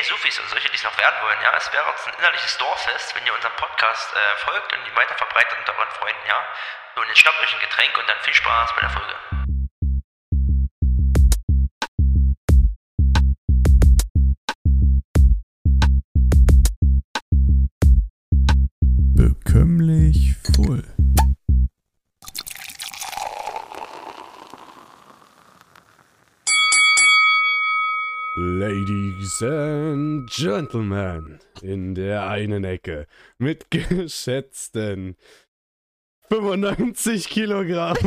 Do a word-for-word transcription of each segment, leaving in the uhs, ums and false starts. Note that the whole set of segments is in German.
Sufis und solche, die es noch werden wollen, ja, es wäre uns ein innerliches Dorffest, wenn ihr unserem Podcast äh, folgt und ihn weiter verbreitet unter euren Freunden, ja. So, und jetzt schnappt euch ein Getränk und dann viel Spaß bei der Folge. Bekömmlich voll. Ladies and Gentlemen, in der einen Ecke mit geschätzten fünfundneunzig Kilogramm.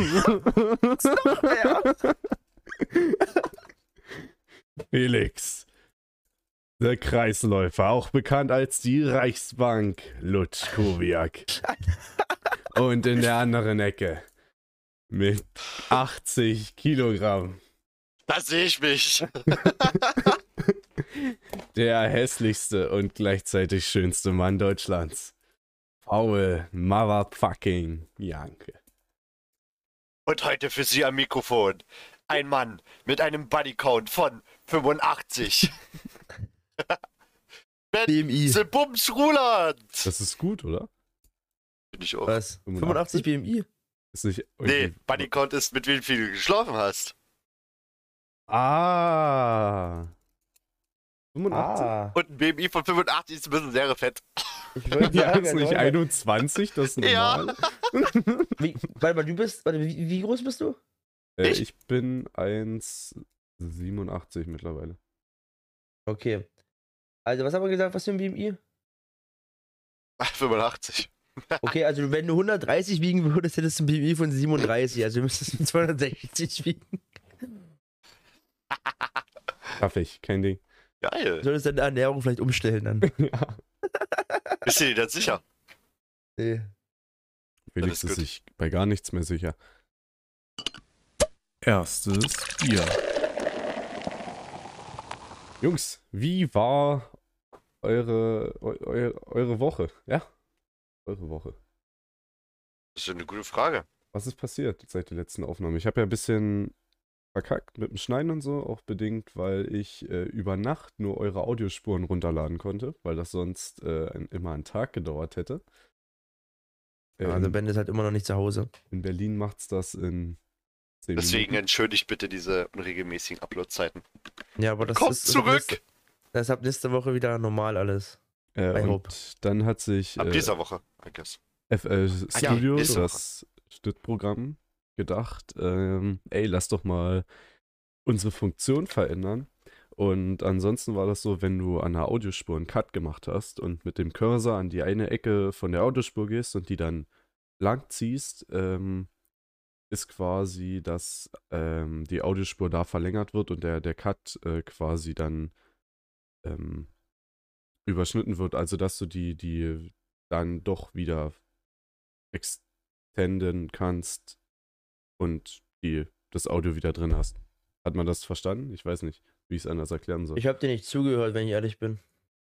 Felix, der Kreisläufer, auch bekannt als die Reichsbank Lutschkowiak. Und in der anderen Ecke mit achtzig Kilogramm. Da sehe ich mich. Der hässlichste und gleichzeitig schönste Mann Deutschlands. Paul Motherfucking Janke. Und heute für Sie am Mikrofon ein Mann mit einem Bodycount von fünfundachtzig. B M I. Bums Ruland. Das ist gut, oder? Finde ich auch. Was? fünfundachtzig B M I? Ist nicht Nee, Bodycount ist, mit wie viel du geschlafen hast. Ah. fünfundachtzig? Ah. Und ein B M I von fünfundachtzig ist ein bisschen sehr fett. Ich wollte Ja, sagen, ist nicht Leute, einundzwanzig, das ist Ja. normal. wie, warte mal, du bist, warte, wie, wie groß bist du? Äh, Ich? ich bin eins Komma siebenundachtzig mittlerweile. Okay. Also, was haben wir gesagt, was für ein B M I? fünfundachtzig. Okay, also wenn du hundertdreißig wiegen würdest, hättest du ein B M I von siebenunddreißig, also du müsstest zweihundertsechzig wiegen. Schaff ich, kein Ding. Geil. Du solltest deine Ernährung vielleicht umstellen dann. Ja. Bist du dir das sicher? Nee. Felix ist ist gut. sich bei gar nichts mehr sicher. Erstes Bier. Jungs, wie war eure, eu, eu, eure Woche? Ja? Eure Woche. Das ist eine gute Frage. Was ist passiert seit der letzten Aufnahme? Ich habe ja ein bisschen verkackt mit dem Schneiden und so, auch bedingt, weil ich äh, über Nacht nur eure Audiospuren runterladen konnte, weil das sonst äh, ein, immer einen Tag gedauert hätte. Ähm, Also Ben ist halt immer noch nicht zu Hause. in Berlin macht's das in zehn Deswegen Minuten. entschuldigt bitte diese unregelmäßigen Upload-Zeiten. Ja, aber das Kommt ist. zurück! Nächste, das ist ab nächste Woche wieder normal alles. Äh, I und hope. dann hat sich Ab äh, dieser Woche, I guess. F L Ah ja, Studio, nächste das Schnittprogramm, gedacht, ähm, ey, lass doch mal unsere Funktion verändern. Und ansonsten war das so, wenn du an einer Audiospur einen Cut gemacht hast und mit dem Cursor an die eine Ecke von der Audiospur gehst und die dann lang ziehst, ähm, ist quasi, dass ähm, die Audiospur da verlängert wird und der, der Cut äh, quasi dann ähm, überschnitten wird. Also, dass du die, die dann doch wieder extenden kannst und die, das Audio wieder drin hast. Hat man das verstanden? Ich weiß nicht, wie ich es anders erklären soll. Ich habe dir nicht zugehört, wenn ich ehrlich bin.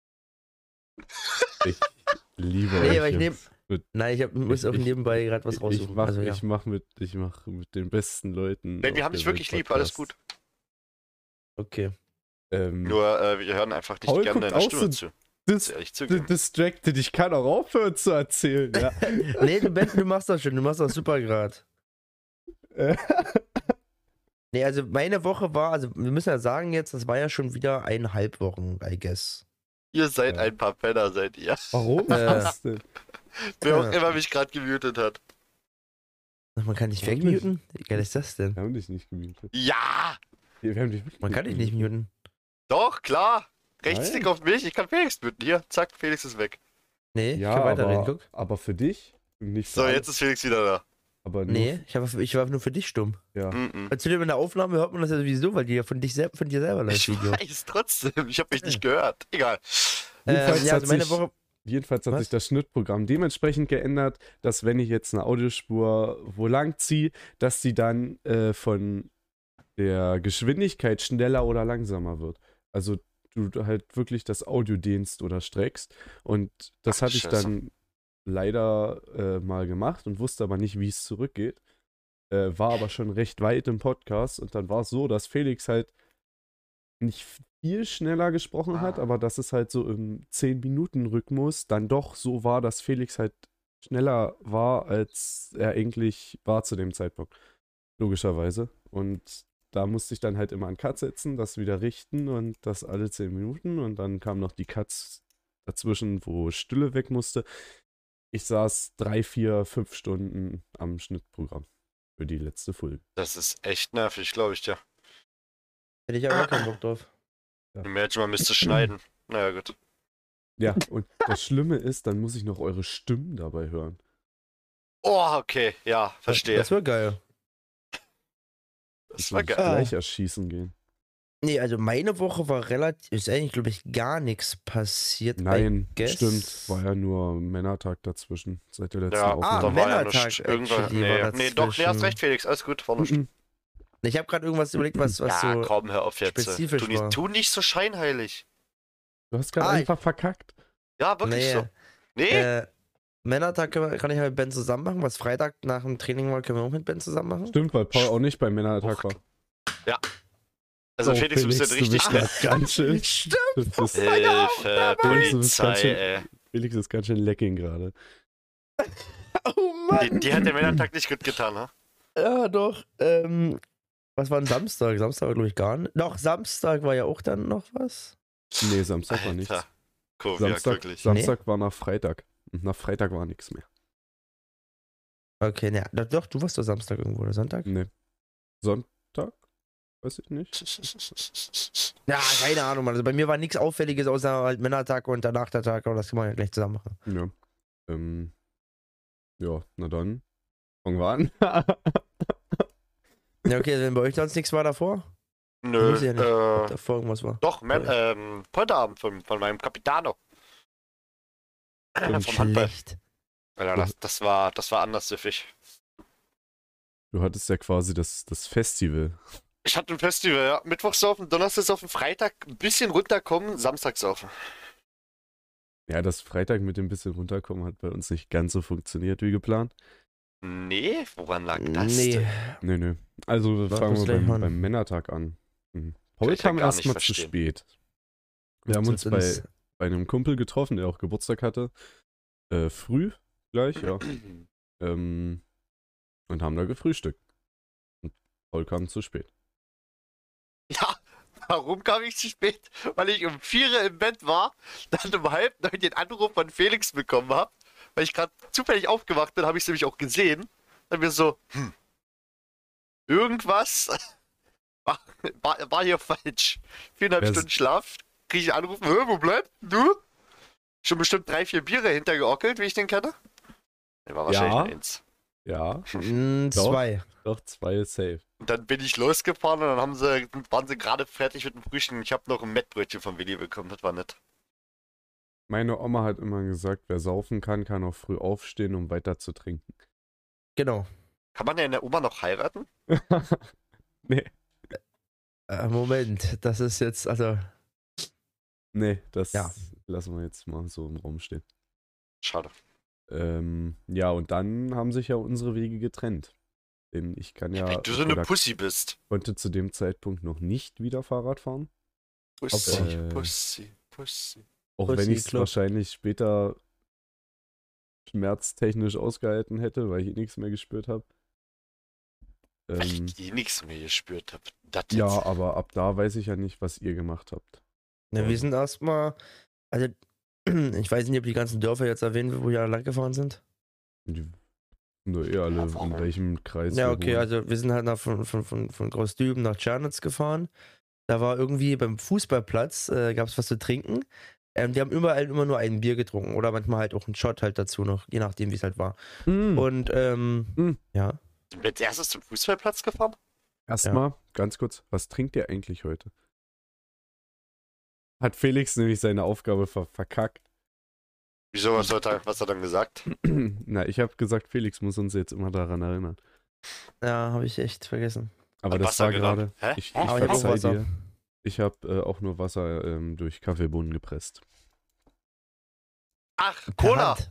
Ich liebe Nee, euch. aber ich nehm- Jungs. Mit- Nein, ich hab, muss Ich- auf ich- nebenbei gerade was ich raussuchen. mach, also, ja. ich mach mit, ich mach mit den besten Leuten. Nein, wir auf haben der dich wirklich Welt lieb, alles Podcast. gut. Okay. Ähm, Nur, äh, wir hören einfach nicht Paul gerne guckt deiner auch Stimme so zu. dis Muss ehrlich di- zugeben. distracted. Ich kann auch aufhören zu erzählen. Ja. Nee, du, Ben, du machst das schon, du machst das super gerade. Äh, Nee, also meine Woche war, also wir müssen ja sagen jetzt, das war ja schon wieder eineinhalb Wochen, I guess. Ihr seid Ja. ein paar Penner, seid ihr. Warum? Äh. Was denn? Wer auch Ja. immer mich gerade gemutet hat. Ach, man kann dich Warum wegmuten? Wie geil ist das denn? Wir haben dich nicht gemutet. Ja! Wir wir haben dich wirklich Man kann dich nicht muten. Doch, klar! Nein. Rechtsklick auf mich, ich kann Felix muten. Hier, zack, Felix ist weg. Nee, ich Ja, kann weiterreden, aber, guck. aber für dich und nicht für So, alle. jetzt ist Felix wieder da. Aber nur Nee, ich, hab, ich war nur für dich stumm. Ja. Mm Zu dem in der Aufnahme hört man das ja sowieso, weil die ja von, dich sel von dir selber läuft, Ich Video. weiß trotzdem, ich habe mich nicht gehört. Egal. Jedenfalls Ähm, ja, hat also meine sich- Woche. Jedenfalls hat Was? sich das Schnittprogramm dementsprechend geändert, dass wenn ich jetzt eine Audiospur wo lang ziehe, dass sie dann äh, von der Geschwindigkeit schneller oder langsamer wird. Also du halt wirklich das Audio dehnst oder streckst. Und das Ach, hatte ich Scheiße. dann leider äh, mal gemacht und wusste aber nicht, wie es zurückgeht. Äh, war aber schon recht weit im Podcast und dann war es so, dass Felix halt nicht viel schneller gesprochen hat, Ah. aber dass es halt so im zehn-Minuten-Rhythmus dann doch so war, dass Felix halt schneller war, als er eigentlich war zu dem Zeitpunkt. Logischerweise. Und da musste ich dann halt immer einen Cut setzen, das wieder richten und das alle zehn Minuten. Und dann kamen noch die Cuts dazwischen, wo Stille weg musste. Ich saß drei, vier, fünf Stunden am Schnittprogramm für die letzte Folge. Das ist echt nervig, glaube ich dir. Hätte ich aber keinen Bock drauf. Imagine, man müsste schneiden. Naja, gut. Ja, und das Schlimme ist, dann muss ich noch eure Stimmen dabei hören. Oh, okay, ja, verstehe. Das wäre geil. Das war muss ich geil. gleich erschießen gehen. Nee, also meine Woche war relativ, ist eigentlich, glaube ich, gar nichts passiert. Nein, guess. stimmt. War ja nur Männertag dazwischen seit der letzten Ja, Aufnahme. Ah, da war ja Männertag nichts. Irgendwann. actually Nee, war nee, doch, nee, hast dazwischen. recht, Felix. Alles gut, war nicht. Mhm. Ich habe gerade irgendwas überlegt, was, was Ja, so. komm, hör auf jetzt. spezifisch Tu nicht, war. tu nicht so scheinheilig. Du hast gerade Ah, ich- einfach verkackt. Ja, wirklich Nee. so. Nee? Äh, Männertag können wir- kann ich halt mit Ben zusammen machen. Was Freitag nach dem Training war, können wir auch mit Ben zusammen machen. Stimmt, weil Paul auch nicht beim Männertag war. Also Oh, Felix, du bist Felix, jetzt richtig du nett. bist ganz schön. Stimmt. Du bist, Hilfe, Felix, du bist Polizei, ganz schön, ey. Felix ist ganz schön lecking gerade. Oh Mann. Die, die hat der Männertag nicht gut getan, ne? Ja, doch. Ähm, was war denn Samstag? Samstag war, glaube ich, gar nicht. Doch, Samstag war ja auch dann noch was. Nee, Samstag war nichts. Alter. Koviak, Samstag, wirklich. Samstag war nach Freitag. Und nach Freitag war nichts mehr. Okay, ne, doch, doch, du warst doch Samstag irgendwo oder Sonntag? Nee. Sonntag? Weiß ich nicht. Ja, keine Ahnung, Mann. Also bei mir war nichts Auffälliges, außer halt Männertag und danach der Tag, aber das kann man ja gleich zusammen machen. Ja. Ähm, ja, na dann. Fangen wir an. Ja, okay, wenn bei euch sonst nichts war davor? Nö, Weiß ich ja nicht, ob äh, davor irgendwas war. doch, Man, ähm, Pointerabend von, von meinem Capitano. Stimmt. Vom Handball. Schlecht. Ja, das, das war, das war anders süffig. Du hattest ja quasi das, das Festival. Ich hatte ein Festival, ja. Mittwoch saufen, Donnerstag saufen, Freitag ein bisschen runterkommen, Samstag saufen. Ja, das Freitag mit dem bisschen runterkommen hat bei uns nicht ganz so funktioniert wie geplant. Nee, woran lag das Nee. denn? Nö, nö. Also Sag fangen uns wir gleich beim, an. beim Männertag an. Mhm. Kann Paul ich ja kam gar nicht erstmal zu verstehen. spät. Wir haben uns bei, bei einem Kumpel getroffen, der auch Geburtstag hatte. Äh, früh gleich, ja. Ähm, und haben da gefrühstückt. Und Paul kam zu spät. Ja, warum kam ich zu spät? Weil ich um vier Uhr im Bett war, dann um halb neun den Anruf von Felix bekommen habe, weil ich gerade zufällig aufgewacht bin, habe ich es nämlich auch gesehen. Dann mir so, hm, irgendwas war, war, war hier falsch. Viereinhalb Wer- Stunden Schlaf, kriege ich einen Anruf, "Hä, wo bleibt du? Schon bestimmt drei, vier Biere hintergeockelt, wie ich den kenne. Der war wahrscheinlich Ja. nur eins. Ja, Mm, Doch. zwei. doch zwei safe. Und dann bin ich losgefahren und dann haben sie, waren sie gerade fertig mit dem Frühstück. Ich habe noch ein Mettbrötchen von Willi bekommen, das war nett. Meine Oma hat immer gesagt, wer saufen kann, kann auch früh aufstehen, um weiter zu trinken. Genau. Kann man denn der Oma noch heiraten? nee, Äh, Moment, das ist jetzt, also, nee, das Ja. lassen wir jetzt mal so im Raum stehen. Schade. Ähm, ja, und dann haben sich ja unsere Wege getrennt. Denn ich kann ja, Wenn du so eine oder Pussy bist. konnte zu dem Zeitpunkt noch nicht wieder Fahrrad fahren. Pussy, Äh. Pussy, Pussy. Auch Pussy wenn ich es Club. wahrscheinlich später schmerztechnisch ausgehalten hätte, weil ich eh nichts mehr gespürt habe. Weil Ähm, ich eh nichts mehr gespürt habe. Das jetzt. ja, aber ab da weiß ich ja nicht, was ihr gemacht habt. ne, wir sind erstmal, also, ich weiß nicht, ob die ganzen Dörfer jetzt erwähnen, will, wo wir alle lang gefahren sind. Die nur eh alle, warum? in welchem Kreis. Ja, wir okay, wohnen. also wir sind halt nach, von, von, von, von Großdüben nach Tschernitz gefahren. Da war irgendwie beim Fußballplatz, äh, gab es was zu trinken. Ähm, wir haben überall immer nur ein Bier getrunken oder manchmal halt auch einen Shot halt dazu noch, je nachdem, wie es halt war. Mm. Und, ähm, Mm. ja. Sind wir als erstes zum Fußballplatz gefahren? Erstmal, ganz kurz, was trinkt ihr eigentlich heute? Hat Felix nämlich seine Aufgabe ver verkackt. Wieso, was hat er, was hat er dann gesagt? Na, ich habe gesagt, Felix muss uns jetzt immer daran erinnern. Ja, habe ich echt vergessen. Aber Hat das Wasser war genommen. gerade. Hä? Ich, ich Hä? Aber ich hab auch verzeih Wasser. dir. Ich habe äh, auch nur Wasser ähm, durch Kaffeebohnen gepresst. Ach, Per Cola! Hand.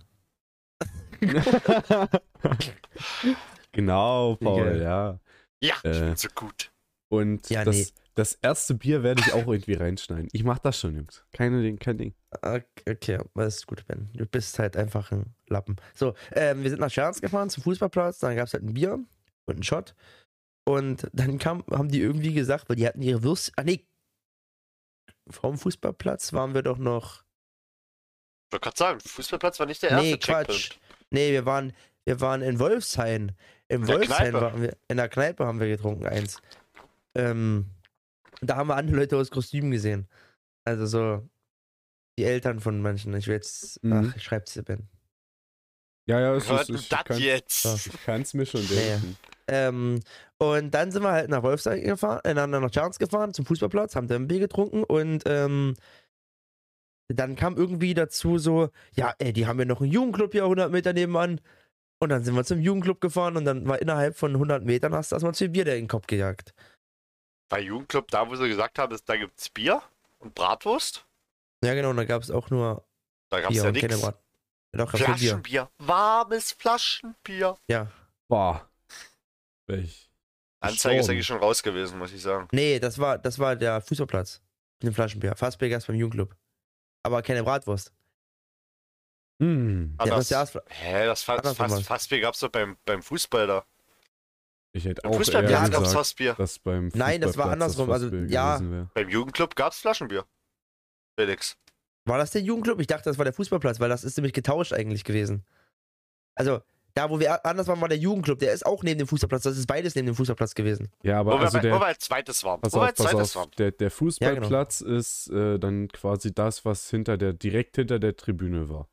Genau, Paul, Geil. ja. Ja, ich Äh. bin so gut. Und Ja, das, nee. das erste Bier werde ich auch irgendwie reinschneiden. Ich mach das schon, Jungs. Keine Ding, kein Ding. Okay, das ist gut, Ben. Du bist halt einfach ein Lappen. So, ähm, wir sind nach Scherz gefahren zum Fußballplatz, dann gab es halt ein Bier und einen Shot. Und dann kam, haben die irgendwie gesagt, weil die hatten ihre Würste. Ah, nee. Vom Fußballplatz waren wir doch noch. Ich wollte gerade sagen, Fußballplatz war nicht der erste Nee, Quatsch. Checkpoint. Nee, wir waren, wir waren in Wolfshain. Im In der Wolfshain Kneipe? waren wir. In der Kneipe haben wir getrunken, eins. Ähm, da haben wir andere Leute aus Kostümen gesehen. Also so die Eltern von manchen. Ich will jetzt. Mhm. Ach, ich schreib's dir, Ben. Ja, ja, es Was ist, denn ich das kann, jetzt? Ja. ich kann's mir schon Naja. denken. Ähm, und dann sind wir halt nach Wolfshain gefahren, äh, nach nach Charles gefahren, zum Fußballplatz, haben da ein Bier getrunken und ähm, dann kam irgendwie dazu so, ja, ey, die haben ja noch einen Jugendclub hier hundert Meter nebenan. Und dann sind wir zum Jugendclub gefahren und dann war innerhalb von hundert Metern hast du erstmal zwei Bier in den Kopf gejagt. Bei Jugendclub, da wo sie gesagt haben, da gibt's Bier und Bratwurst. Ja, genau, und da gab es auch nur Da gab's Bier ja und keine nichts. Brat. Doch, gab's nur Bier. Flaschenbier. Warmes Flaschenbier. Ja. Boah. Welch. Anzeige ist Gestorben. eigentlich schon raus gewesen, muss ich sagen. Nee, das war, das war der Fußballplatz. Mit dem Flaschenbier. Fassbier gab's beim Jugendclub. Aber keine Bratwurst. Hm. Ah, Ja, das, das ist ja hä, das Fa Andersrum Fass, was. Fassbier gab's doch beim, beim Fußball da. Ich hätte Beim auch Fußballplatz eher gab's gesagt, Fassbier. dass beim Nein, das war Fußballplatz andersrum, also, Fassbier ja. gewesen wäre. Beim Jugendclub gab's Flaschenbier. Felix. War das der Jugendclub? Ich dachte, das war der Fußballplatz, weil das ist nämlich getauscht eigentlich gewesen. Also, da wo wir anders waren, war der Jugendclub. Der ist auch neben dem Fußballplatz. Das ist beides neben dem Fußballplatz gewesen. Ja, aber Wo, also wir, bei- wo der, wir als zweites waren. pass Wo wir auf, als pass zweites auf, waren. der, der genau. Fußballplatz ist äh, dann quasi das, was hinter der, direkt hinter der Tribüne war.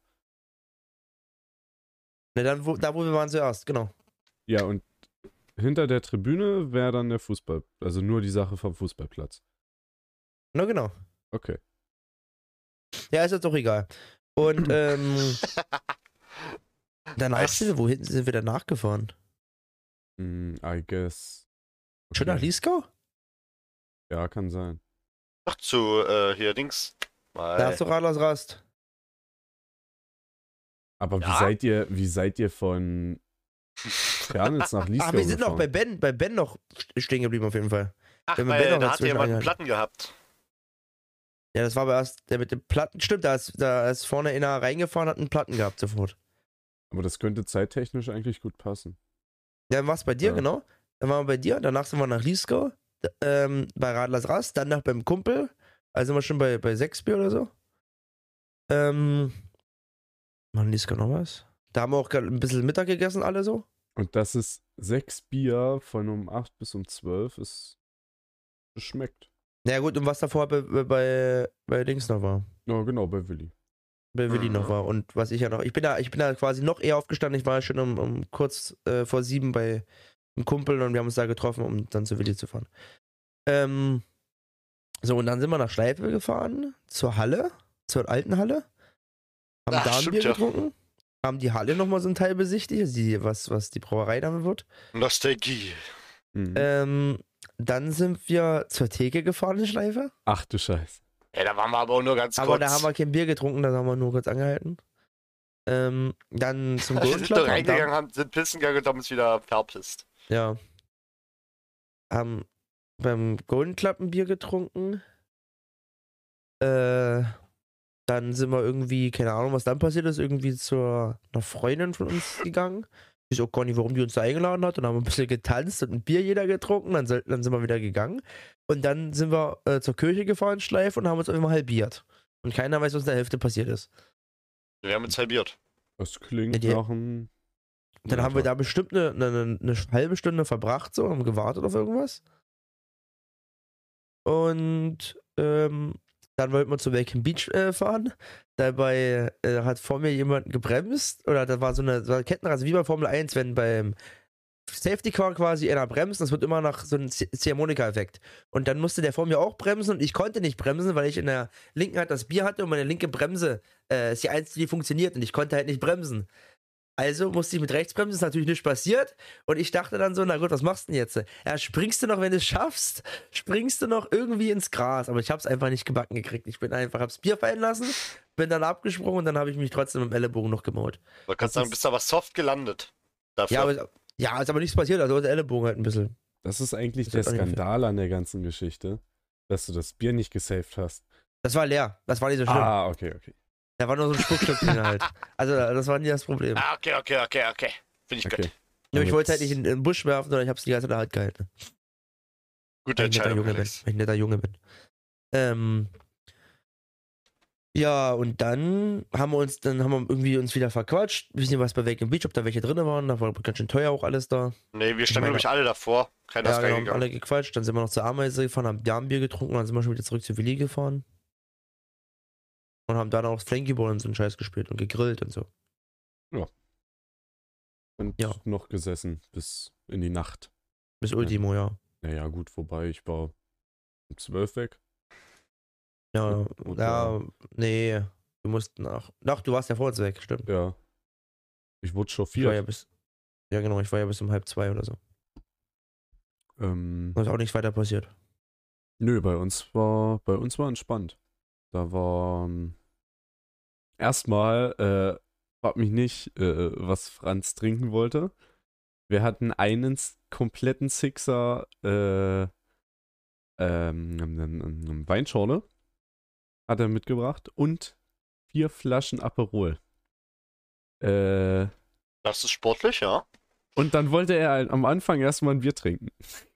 Ne, dann, wo, da wo wir waren zuerst, genau. Ja, und hinter der Tribüne wäre dann der Fußball, also nur die Sache vom Fußballplatz. Na genau. Okay. Ja, ist jetzt auch egal. Und ähm, danach Weiß- sind wir, wohin sind wir danach gefahren? Hm, I guess. Schon nach Okay. Liesgau? Ja, kann sein. Ach, zu, äh, hier Dings. Da Mal. hast du Radlers Rast. Aber wie Ja? seid ihr, wie seid ihr von Ternitz nach Liesgau Ach, wir sind noch gefahren? bei Ben, bei Ben noch stehen geblieben auf jeden Fall. Ach, wenn wir weil Ben noch da hat dazwischen jemand einen einhalten. Platten gehabt. Ja, das war aber erst der mit dem Platten. Stimmt, da ist, da ist vorne einer reingefahren, hat einen Platten gehabt sofort. Aber das könnte zeittechnisch eigentlich gut passen. Ja, dann war's bei dir, Ja. genau. Dann waren wir bei dir, danach sind wir nach Liesgau, d- ähm, bei Radlers Rast, dann nach beim Kumpel, also sind wir schon bei, bei sechs Bier oder so. Ähm, machen Liesgau noch was? Da haben wir auch grad ein bisschen Mittag gegessen, alle so. Und das ist sechs Bier von um acht bis um zwölf ist. Das schmeckt. Na ja, gut, und was davor bei, bei, bei, bei Dings noch war. Ja, genau, bei Willi. Bei Willi Mhm. noch war. Und was ich ja noch. Ich bin da, ich bin da quasi noch eher aufgestanden. Ich war schon um, um kurz äh, vor sieben bei einem Kumpel und wir haben uns da getroffen, um dann zu Willi zu fahren. Ähm, so, und dann sind wir nach Schleife gefahren, zur Halle, zur alten Halle. Haben Ach, da ein stimmt, Bier ja. getrunken. Haben die Halle nochmal so ein Teil besichtigt, also die, was, was die Brauerei damit wird. Nostalgie. Mhm. Ähm, dann sind wir zur Theke gefahren in Schleife. Ach du Scheiße. Ja, da waren wir aber auch nur ganz Aber kurz. da haben wir kein Bier getrunken, da haben wir nur kurz angehalten. Ähm, dann zum wir Golden sind Club. da haben da- reingegangen, haben, sind pissen gegangen und haben uns wieder verpisst. Ja. Haben beim Golden Club ein Bier getrunken. Äh, dann sind wir irgendwie, keine Ahnung, was dann passiert ist, irgendwie zu einer Freundin von uns gegangen. Ich weiß auch gar nicht, warum die uns da eingeladen hat. Und haben ein bisschen getanzt und ein Bier jeder getrunken. Dann, soll- dann sind wir wieder gegangen. Und dann sind wir äh, zur Kirche gefahren, Schleif, und haben uns einfach halbiert. Und keiner weiß, was in der Hälfte passiert ist. Wir haben uns halbiert. Das klingt Ja, die- nach einem. Dann haben wir da bestimmt eine, eine, eine halbe Stunde verbracht, so, haben gewartet auf irgendwas. Und ähm, dann wollten wir zu Welcome Beach äh, fahren. Dabei äh, hat vor mir jemand gebremst. Oder da war so eine, so eine Kettenreise wie bei Formel eins, wenn beim Safety Car quasi einer bremst, das wird immer nach so einem Z- Ziehharmonika-Effekt. Und dann musste der vor mir auch bremsen und ich konnte nicht bremsen, weil ich in der linken Hand das Bier hatte und meine linke Bremse äh, ist die einzige, die funktioniert und ich konnte halt nicht bremsen. Also musste ich mit rechts bremsen, ist natürlich nicht passiert. Und ich dachte dann so, na gut, was machst du denn jetzt? Ja, springst du noch, wenn du es schaffst? Springst du noch irgendwie ins Gras? Aber ich hab's einfach nicht gebacken gekriegt. Ich bin einfach, hab's Bier fallen lassen, bin dann abgesprungen und dann habe ich mich trotzdem im Ellenbogen noch gemaut. Man kann Das sagen, ist- bist aber soft gelandet. Dafür. Ja, aber, ja, ist aber nichts passiert, also der Ellenbogen halt ein bisschen. Das ist eigentlich Das der ist auch nicht mehr Skandal an der ganzen Geschichte, dass du das Bier nicht gesaved hast. Das war leer. Das war nicht so schlimm. Ah, okay, okay. Da war nur so ein Spuckstück drin halt. Also, das war nie das Problem. Ah, okay, okay, okay, okay. Finde ich Okay. gut. Nur ich wollte es halt Jetzt- nicht in, in den Busch werfen, sondern ich habe es die ganze Zeit in der Hand gehalten. Gute Weil ich ein netter Entscheidung, Junge bin. Alex. Weil ich ein netter Junge bin. Ähm. Ja, und dann haben wir uns, dann haben wir irgendwie uns wieder verquatscht. Wir wissen nicht, was bei Wake Beach, ob da welche drin waren. Da war ganz schön teuer auch alles da. Nee, wir standen, meine- glaube ich, alle davor. Keiner Ja, ist genau, haben reingegangen. alle gequatscht. Dann sind wir noch zur Ameise gefahren, haben Darmbier getrunken, dann sind wir schon wieder zurück zur Willi gefahren. Und haben dann auch Flankyball und so einen Scheiß gespielt und gegrillt und so. Und Ja. noch gesessen bis in die Nacht. Bis Ultimo, ja. Naja, gut, wobei ich war um zwölf weg. Ja, Und ja, war- nee. Du musst nach. Ach, du warst ja vor uns weg, stimmt. Ja. Ich wurde Ich war chauffiert. ja bis. Ja, genau, ich war ja bis um halb zwei oder so. ähm, Da ist auch nichts weiter passiert. nö, bei uns war, bei uns war entspannt. Da war ähm, erstmal, äh, frag mich nicht, äh, was Franz trinken wollte. Wir hatten einen s- kompletten Sixer äh, ähm, ähm, ähm, ähm, Weinschorle hat er mitgebracht und vier Flaschen Aperol. Äh, Das ist sportlich, ja. und dann wollte er halt am Anfang erstmal ein Bier trinken.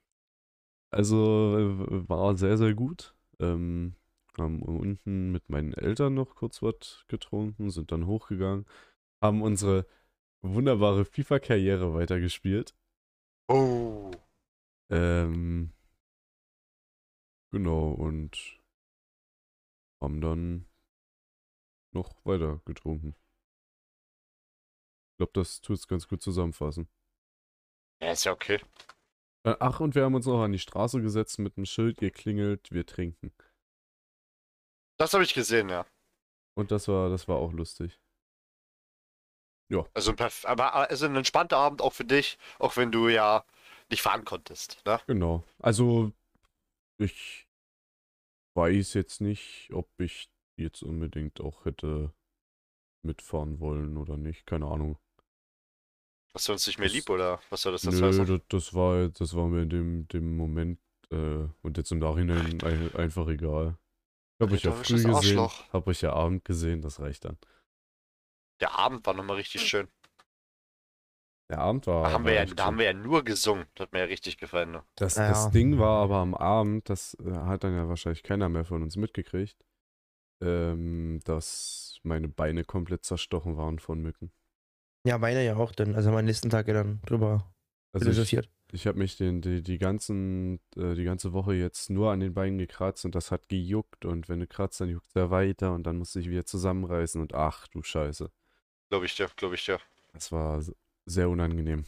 Also äh, war sehr, sehr gut. Ähm, haben unten mit meinen Eltern noch kurz was getrunken, sind dann hochgegangen, haben unsere wunderbare FIFA-Karriere weitergespielt. Oh. Ähm, genau, und haben dann noch weiter getrunken. Ich glaube, das tut es ganz gut zusammenfassen. Ja, ist ja okay. Äh, Ach, und wir haben uns noch an die Straße gesetzt mit einem Schild geklingelt, wir trinken. Das habe ich gesehen, ja. Und das war, das war auch lustig. Also, ein perf- aber also ein entspannter Abend auch für dich, auch wenn du ja nicht fahren konntest, ne? Genau. Also, ich weiß jetzt nicht, ob ich jetzt unbedingt auch hätte mitfahren wollen oder nicht. Keine Ahnung. Hast du uns nicht mehr Das- lieb oder was soll das das Nö, heißen? das, das war, das war mir in dem, dem Moment äh, und jetzt im Nachhinein ein, einfach egal. Hab ich ja früh Rhetorisches gesehen, Arschloch. hab ich ja Abend gesehen, das reicht dann. Der Abend war nochmal richtig schön. Der Abend war. Da haben, war wir ja, echt da haben schön. wir ja nur gesungen. Das hat mir ja richtig gefallen. Ne? Das, Ja. das Ding war aber am Abend, das äh, hat dann ja wahrscheinlich keiner mehr von uns mitgekriegt, ähm, dass meine Beine komplett zerstochen waren von Mücken. Ja, meine ja auch dann. Also am nächsten Tag ja dann drüber Also ich, philosophiert. ich habe mich den, die, die, ganzen, äh, die ganze Woche jetzt nur an den Beinen gekratzt und das hat gejuckt und wenn du kratzt, dann juckt es ja weiter und dann musste ich wieder zusammenreißen und ach du Scheiße. Glaube ich dir, glaube ich dir. Das war s- sehr unangenehm.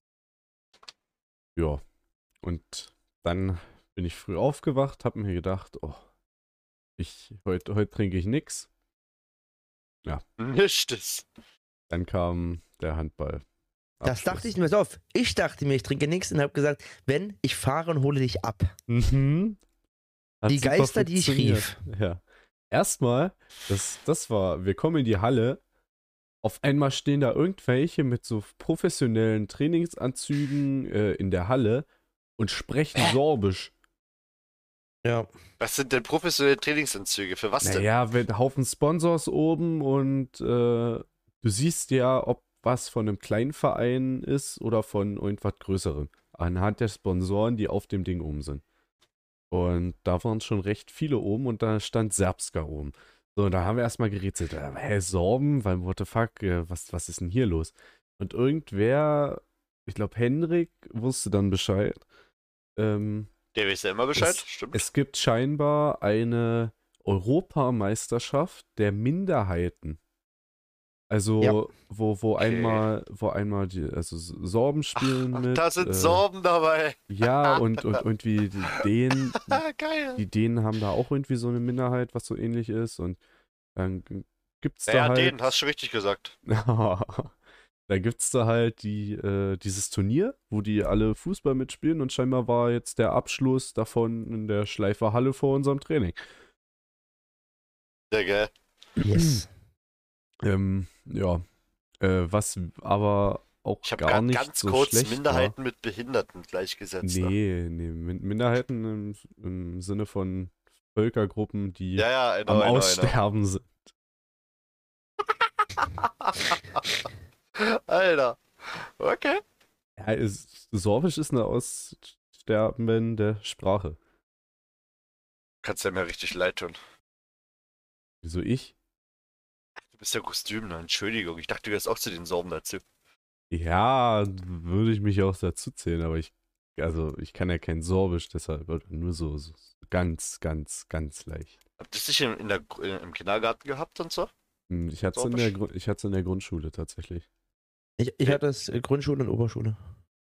Ja, und dann bin ich früh aufgewacht, habe mir gedacht, oh, ich, heute, heute trinke ich nix. Nichts. Dann kam der Handball. Das dachte ich mir, pass auf. Ich dachte mir, ich trinke nichts und habe gesagt, wenn, ich fahre und hole dich ab. Mhm. Hat Die super Geister, die ich funktioniert. Ja. Erstmal, das, das war, wir kommen in die Halle, auf einmal stehen da irgendwelche mit so professionellen Trainingsanzügen äh, in der Halle und sprechen Sorbisch. Ja. Was sind denn professionelle Trainingsanzüge? Für was denn? Naja, mit Haufen Sponsors oben und äh, du siehst ja, ob was von einem kleinen Verein ist oder von irgendwas Größerem. Anhand der Sponsoren, die auf dem Ding oben sind. Und da waren schon recht viele oben und da stand Serbska oben. So, und da haben wir erstmal gerätselt. Äh, hä, Sorben? Weil, what the fuck, äh, was, was ist denn hier los? Und irgendwer, ich glaube Henrik, wusste dann Bescheid. Ähm, Der weiß ja immer Bescheid, Es- stimmt. es gibt scheinbar eine Europameisterschaft der Minderheiten. Also, Ja. wo, wo Okay. einmal, wo einmal die, also Sorben spielen Ach, mit. da sind äh, Sorben dabei. Ja, und, und irgendwie die Dänen, Ah, geil. die Dänen haben da auch irgendwie so eine Minderheit, was so ähnlich ist. Und dann g- gibt's da Ja, halt. den hast du richtig gesagt. Da gibt's da halt die, äh, dieses Turnier, wo die alle Fußball mitspielen und scheinbar war jetzt der Abschluss davon in der Schleifer Halle vor unserem Training. Sehr geil. Yes. Ähm, ja. Äh, was aber auch Ich habe gar gerade nicht ganz so kurz schlecht Minderheiten war. mit Behinderten gleichgesetzt. Ne? Nee, nee, Min- Minderheiten im, im Sinne von Völkergruppen, die Ja, ja, I know, am I know, I know. Aussterben sind. Alter. Okay. Ja, ist, Sorbisch ist eine aussterbende Sprache. Kannst ja mir richtig leid tun. Wieso ich? Du bist ja Kostümler, Entschuldigung. Ich dachte, du gehörst auch zu den Sorben dazu. Ja, würde ich mich auch dazu zählen, aber ich, also ich kann ja kein Sorbisch, deshalb nur so, so ganz, ganz, ganz leicht. Habt ihr das nicht in, in der, Gru- im Kindergarten gehabt und so? Hm, Ich hatte es in der, Gru- ich hatte es in der Grundschule tatsächlich. Ich, ich hatte es äh, Grundschule und Oberschule.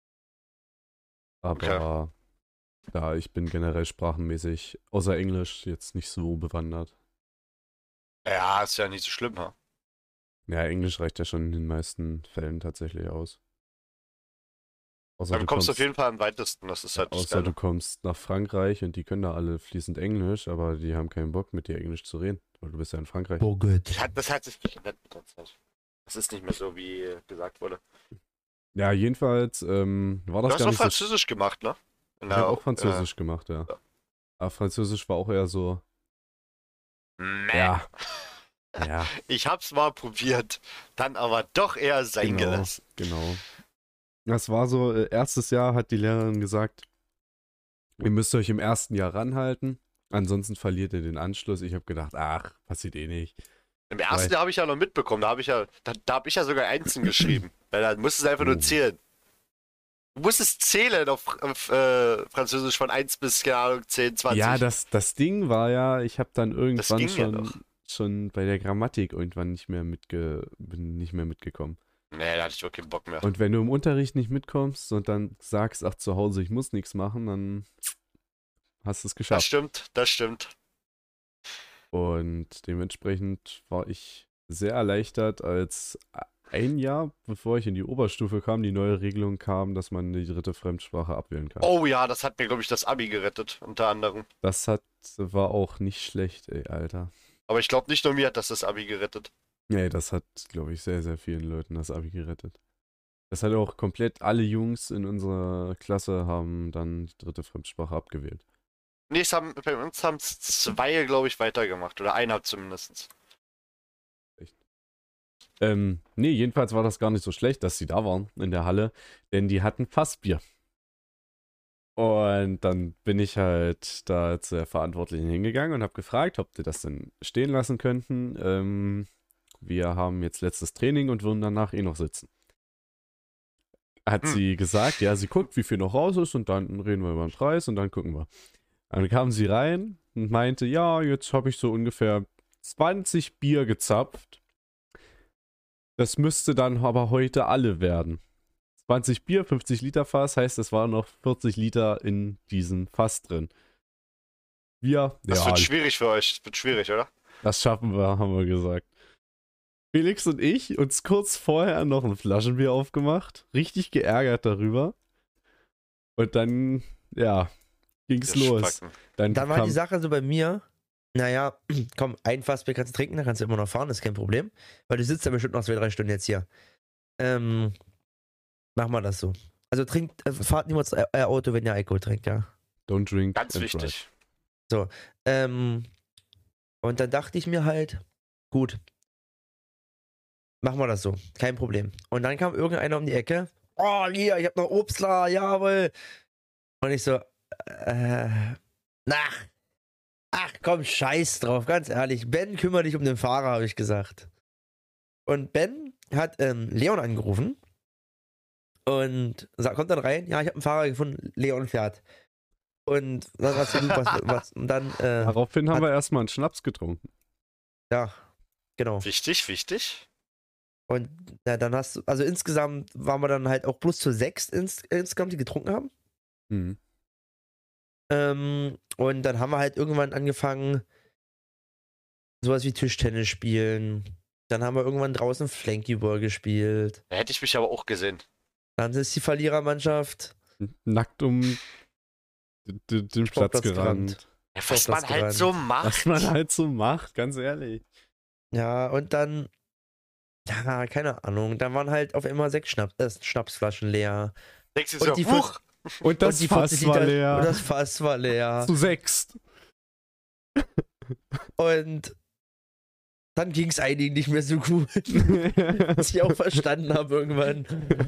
Aber ja, ich bin generell sprachenmäßig, außer Englisch, jetzt nicht so bewandert. Ja, ist ja nicht so schlimm, ha? Ja, Englisch reicht ja schon in den meisten Fällen tatsächlich aus. Außer Aber du kommst auf jeden Fall am weitesten, das ist halt das außer du Geile. kommst nach Frankreich und die können da alle fließend Englisch, aber die haben keinen Bock mit dir Englisch zu reden, weil du bist ja in Frankreich. Oh Gott. Das hat, das hat sich geändert mit der Zeit. Das ist nicht mehr so, wie gesagt wurde. Ja, jedenfalls ähm, war Du das hast gar doch nicht so. Französisch gemacht, ne? Ich habe auch Französisch gemacht, ja. ja. Aber Französisch war auch eher so, Äh, ja, ja, Ich hab's mal probiert, dann aber doch eher sein genau, gelassen. genau. Das war so, äh, erstes Jahr hat die Lehrerin gesagt, ihr müsst euch im ersten Jahr ranhalten, ansonsten verliert ihr den Anschluss. Ich habe gedacht, ach, passiert eh nicht. Im ersten Weil- Jahr habe ich ja noch mitbekommen, da habe ich ja, da, da habe ich ja sogar Einsen geschrieben. Weil da musst du es einfach Oh. nur zählen. Du musst es zählen auf, auf äh, Französisch von eins bis, keine Ahnung, zehn, zwanzig. Ja, das, das Ding war ja, ich habe dann irgendwann ging ja schon, noch. schon bei der Grammatik irgendwann nicht mehr mitge bin nicht mehr mitgekommen. Nee, da hatte ich wirklich keinen Bock mehr. Und wenn du im Unterricht nicht mitkommst und dann sagst, ach zu Hause, ich muss nichts machen, dann hast du es Das geschafft. stimmt, das stimmt. Und dementsprechend war ich sehr erleichtert, als ein Jahr, bevor ich in die Oberstufe kam, die neue Regelung kam, dass man die dritte Fremdsprache abwählen kann. Oh ja, das hat mir, glaube ich, das Abi gerettet, unter anderem. Das hat, war auch nicht schlecht, ey, Alter. Aber ich glaube, nicht nur mir hat das das Abi gerettet. Nee, das hat, glaube ich, sehr, sehr vielen Leuten das Abi gerettet. Das hat auch komplett alle Jungs in unserer Klasse haben dann die dritte Fremdsprache abgewählt. Nee, es haben, bei uns haben es zwei, glaube ich, weitergemacht. Oder einer zumindest. Ähm, nee, jedenfalls war das gar nicht so schlecht, dass sie da waren in der Halle, denn die hatten Fassbier. Und dann bin ich halt da zur Verantwortlichen hingegangen und habe gefragt, ob die das denn stehen lassen könnten. Ähm, wir haben jetzt letztes Training und würden danach eh noch sitzen. Hat Hm. sie gesagt, ja, sie guckt, wie viel noch raus ist und dann reden wir über den Preis und dann gucken wir. Dann kam sie rein und meinte, ja, jetzt habe ich so ungefähr zwanzig Bier gezapft. Das müsste dann aber heute alle werden. zwanzig Bier, fünfzig Liter Fass, heißt, es waren noch vierzig Liter in diesem Fass drin. Wir, Das ja, wird schwierig für euch. Das wird schwierig, oder? das schaffen wir, haben wir gesagt. Felix und ich uns kurz vorher noch ein Flaschenbier aufgemacht, richtig geärgert darüber. Und dann, ja, ging's Wir los. spacken. Dann, Dann war kam, die Sache so bei mir, naja, komm, ein Fassbier kannst du trinken, dann kannst du immer noch fahren, das ist kein Problem. Weil du sitzt ja bestimmt noch zwei, drei Stunden jetzt hier. Ähm, mach mal das so. Also trinkt, äh, fahrt niemals äh, euer Auto, wenn ihr Alkohol trinkt, ja. Don't drink Ganz and wichtig. Ähm, und dann dachte ich mir halt, gut, machen wir das so, kein Problem. Und dann kam irgendeiner um die Ecke, oh, hier, ich hab noch Obstler, jawohl. Und ich so, äh, nach, ach komm, scheiß drauf, ganz ehrlich. Ben, kümmere dich um den Fahrer, habe ich gesagt. Und Ben hat ähm, Leon angerufen und sa- kommt dann rein, ja, ich habe einen Fahrer gefunden, Leon fährt. Und was, was, was, was, und dann, äh, Daraufhin haben hat- wir erstmal einen Schnaps getrunken. ja, genau. Wichtig, wichtig. Und ja, dann hast du, also insgesamt waren wir dann halt auch plus zu sechs ins, insgesamt, die getrunken haben. Mhm. Ähm, und dann haben wir halt irgendwann angefangen, sowas wie Tischtennis spielen. Dann haben wir irgendwann draußen Flankyball gespielt. Da hätte ich mich aber auch gesehen. Dann ist die Verlierermannschaft. Nackt um d- d- den Platz Sportplatz gerannt. gerannt. Ja, was Doch, das man halt gerannt. so macht. Was man halt so macht, ganz ehrlich. Ja, und dann ja, keine Ahnung. Da waren halt auf einmal sechs Schnaps, äh, Schnapsflaschen leer. Denkst du Und so, die huch, Und das und die Fass vierzig war Liter leer. Und das Fass war leer. Zu sechst. Und dann ging es einigen nicht mehr so gut. Was ich auch verstanden habe irgendwann.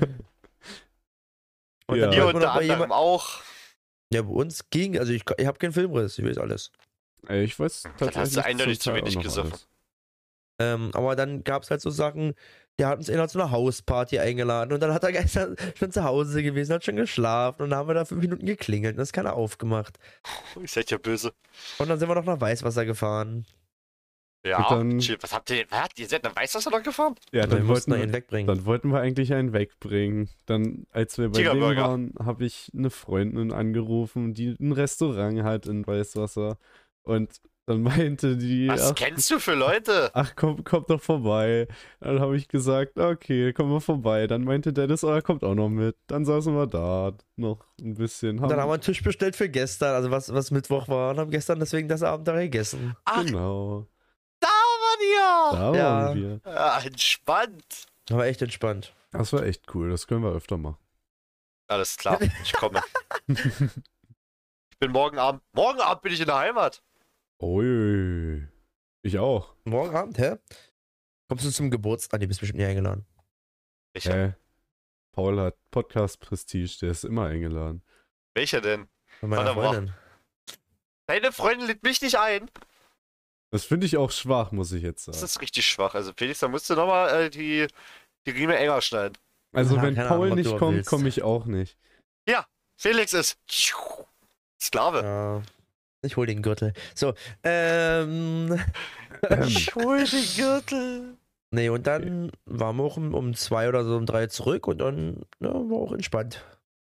Und Ja. dann hier wollte man unter noch bei anderem jemand, auch. ja, bei uns ging, also ich, ich habe keinen Filmriss, ich weiß alles. Ey, ich weiß tatsächlich hast du eindeutig zum zu Teil wenig auch noch gesoffen. alles. Ähm, aber dann gab es halt so Sachen, der hat uns einer zu einer Hausparty eingeladen und dann hat er gestern schon zu Hause gewesen, hat schon geschlafen und dann haben wir da fünf Minuten geklingelt und das ist keiner aufgemacht. Ihr seid ja böse. Und dann sind wir noch nach Weißwasser gefahren. Ja, dann- chill. Was habt ihr, was? Ihr seid nach Weißwasser noch gefahren? Ja, Und wir dann mussten wollten, ihn wir, wegbringen. dann wollten wir eigentlich einen wegbringen. Dann, als wir bei dem Tigerburger. waren, habe ich eine Freundin angerufen, die ein Restaurant hat in Weißwasser. Und dann meinte die, Was ach, kennst du für Leute? ach komm, kommt doch vorbei. Dann habe ich gesagt, okay, kommen wir vorbei. Dann meinte Dennis, oh, er kommt auch noch mit. Dann saßen wir da noch ein bisschen. Und dann haben wir einen Tisch bestellt für gestern, also was, was Mittwoch war und haben gestern deswegen das Abend da gegessen. Ach, Genau, da waren ihr! da Ja. waren wir. Ja, entspannt. Aber echt entspannt. Das war echt cool, das können wir öfter machen. Alles klar, ich komme. Ich bin morgen Abend. Morgen Abend bin ich in der Heimat. Ui, ich auch. Morgen Abend, hä? Kommst du zum Geburtstag? Ah, die bist bestimmt nie eingeladen. Ich, Hä? Paul hat Podcast-Prestige, der ist immer eingeladen. Welcher denn? Von meiner Warte mal. Freundin. Deine Freundin lädt mich nicht ein. Das finde ich auch schwach, muss ich jetzt Das sagen. ist richtig schwach. Also Felix, da musst du nochmal äh, die, die Riemen enger schneiden. Also Ja, wenn keine Paul Ahnung, was nicht du kommt, willst. komme ich auch nicht. Felix ist Sklave. Ja. Ich hol den Gürtel. So, ähm. Ich hol den Gürtel. Nee, und dann waren wir auch um, um zwei oder so um drei zurück und dann ja, war auch entspannt.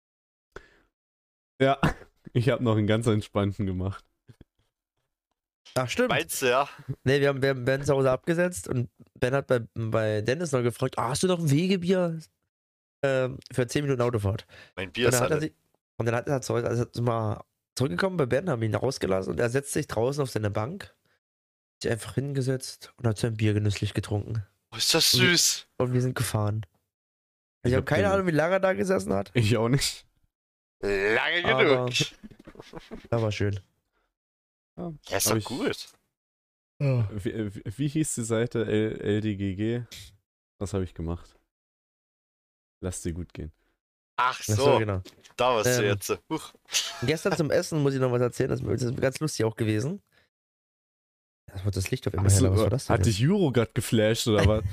Ja, ich habe noch einen ganz entspannten gemacht. Ach, stimmt. Meinst du, ja? Nee, wir haben, wir haben Ben zu Hause abgesetzt und Ben hat bei, bei Dennis noch gefragt, ah, hast du noch ein Wegebier? Ähm, für zehn Minuten Autofahrt. Mein Bier Und ist dann, hat er alle. sich, und dann hat er zurück, also ist mal zurückgekommen bei Ben, haben ihn rausgelassen und er setzt sich draußen auf seine Bank, hat sich einfach hingesetzt und hat sein Bier genüsslich getrunken. Oh, ist das süß. Und wir sind gefahren. Also ich Ich habe hab keine den- Ahnung, wie lange er da gesessen hat. Ich auch nicht. Lange Aber- genug. Das war schön. Ja, Ja, ist hab doch ich- gut. Wie, wie, wie hieß die Seite? L LDGG? Was habe ich gemacht? Lass dir gut gehen. Ach Ach so, so, genau. da warst du Ähm, jetzt. Huch. Gestern zum Essen muss ich noch was erzählen, das ist das ist ganz lustig auch gewesen. Das wird das Licht auf immer Achso, heller, was war das denn? hat dich Juro gerade geflasht oder was?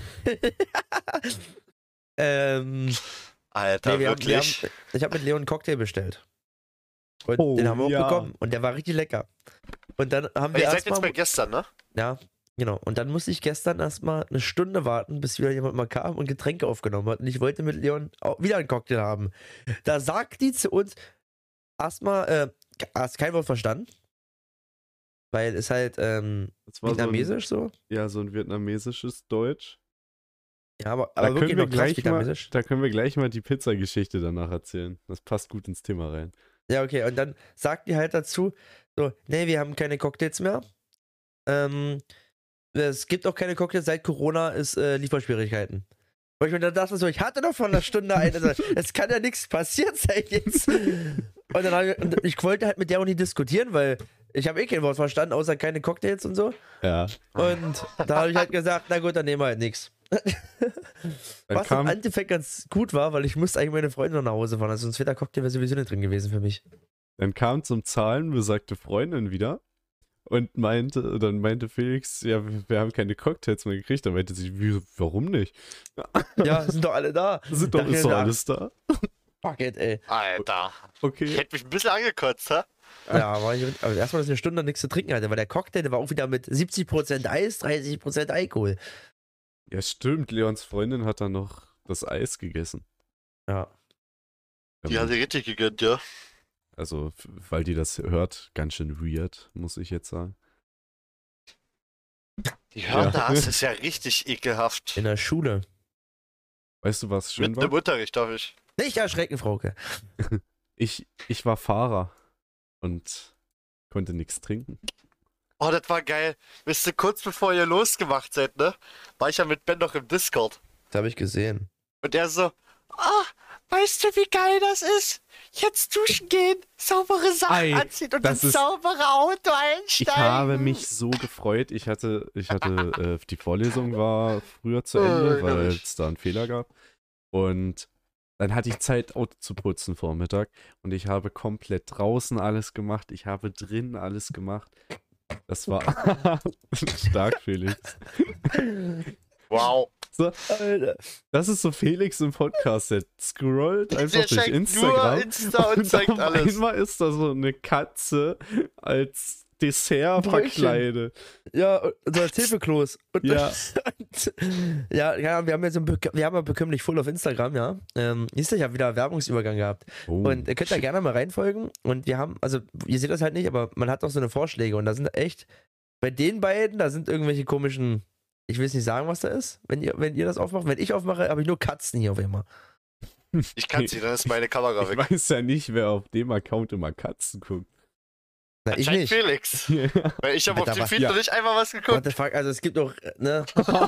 ähm, Alter, nee, wir haben, wir wirklich. haben, ich habe mit Leon einen Cocktail bestellt. Und Oh, den haben wir auch ja. bekommen. Und der war richtig lecker. Und dann haben wir Ihr seid erstmal. jetzt bei gestern, ne? Ja, genau. Und dann musste ich gestern erstmal eine Stunde warten, bis wieder jemand mal kam und Getränke aufgenommen hat. Und ich wollte mit Leon auch wieder einen Cocktail haben. Da sagt die zu uns erstmal, äh, hast kein Wort verstanden. Weil es halt ähm, Das war so ein, vietnamesisch so. ja, so ein vietnamesisches Deutsch. Ja, aber, Da aber können, wirklich wir noch krass gleich mal, vietnamesisch. da können wir gleich mal die Pizzageschichte danach erzählen. Das passt gut ins Thema rein. Ja, okay. Und dann sagt die halt dazu, so, nee, wir haben keine Cocktails mehr. Ähm, es gibt auch keine Cocktails, seit Corona ist äh, Lieferschwierigkeiten. Und ich mir dann dachte so, ich hatte doch vor einer Stunde eine. Also, es kann ja nichts passiert sein jetzt. Und dann habe ich, und ich wollte halt mit der auch nicht diskutieren, weil ich habe eh kein Wort verstanden, außer keine Cocktails und so. Ja. Und da habe ich halt gesagt, na gut, dann nehmen wir halt nichts. Dann Was kam, im Endeffekt ganz gut war, weil ich musste eigentlich meine Freundin noch nach Hause fahren. Also sonst wäre der Cocktail wäre sowieso nicht drin gewesen für mich. dann kam zum Zahlen besagte Freundin wieder und meinte, dann meinte Felix, ja, wir wir haben keine Cocktails mehr gekriegt. Da meinte sie, wie, warum nicht? Ja, sind doch alle da. Sind doch, Dachte ist ich, doch ach, alles da. Fuck it, ey. Alter. Ich Okay. hätte mich ein bisschen angekotzt, hä? Ja, war ich, aber erstmal, dass ich eine Stunde nichts zu trinken hatte, weil der Cocktail, der war auch wieder mit siebzig Prozent Eis, dreißig Prozent Alkohol. Ja, stimmt. Leons Freundin hat dann noch das Eis gegessen. Ja. Die hat sie richtig gegönnt, ja. Also, f- weil die das hört, ganz schön weird, muss ich jetzt sagen. Die Hörner, Ja. das ist ja richtig ekelhaft. In der Schule. Weißt du, was schön Mit war? einem Unterricht, darf ich. Nicht erschrecken, Frauke. Ich, ich war Fahrer und konnte nichts trinken. Oh, das war geil. Wisst ihr, kurz bevor ihr losgemacht seid, ne? War ich ja mit Ben noch im Discord. Das habe ich gesehen. Und er so, ah, weißt du, wie geil das ist? Jetzt duschen gehen, saubere Sachen Ei, anziehen und das ins ist- saubere Auto Ich einsteigen. habe mich so gefreut. Ich hatte, ich hatte, äh, die Vorlesung war früher zu Ende, Oh, weil herrlich. es da einen Fehler gab. Und dann hatte ich Zeit, Auto zu putzen vor Mittag. Und ich habe komplett draußen alles gemacht. Ich habe drin alles gemacht. Das war stark, Felix. Wow. Alter. Das ist so Felix im Podcast. Der scrollt einfach Der durch zeigt Instagram. nur Insta und, und zeigt auf alles. einmal ist da so eine Katze als Dessert Brötchen. verkleidet. Ja, und so als Hilfeklos. Und, Ja. und, ja, ja, wir haben jetzt so ein Be wir haben ja bekömmlich full auf Instagram, ja. Ähm, siehst du, ich habe wieder Werbungsübergang gehabt. Oh. Und ihr könnt da gerne mal reinfolgen. Und wir haben, also ihr seht das halt nicht, aber man hat auch so eine Vorschläge. Und da sind echt, bei den beiden, da sind irgendwelche komischen, ich will es nicht sagen, was da ist, wenn ihr, wenn ihr das aufmacht. Wenn ich aufmache, habe ich nur Katzen hier auf einmal. Ich kann sie, dann ist meine Kamera Ich weg. weiß ja nicht, wer auf dem Account immer Katzen guckt. Na, ich Anscheinend nicht. Felix. Ja. Weil ich habe auf Alter, dem was- Feed ja. noch nicht einmal was What geguckt. the fuck, also es gibt auch, ne?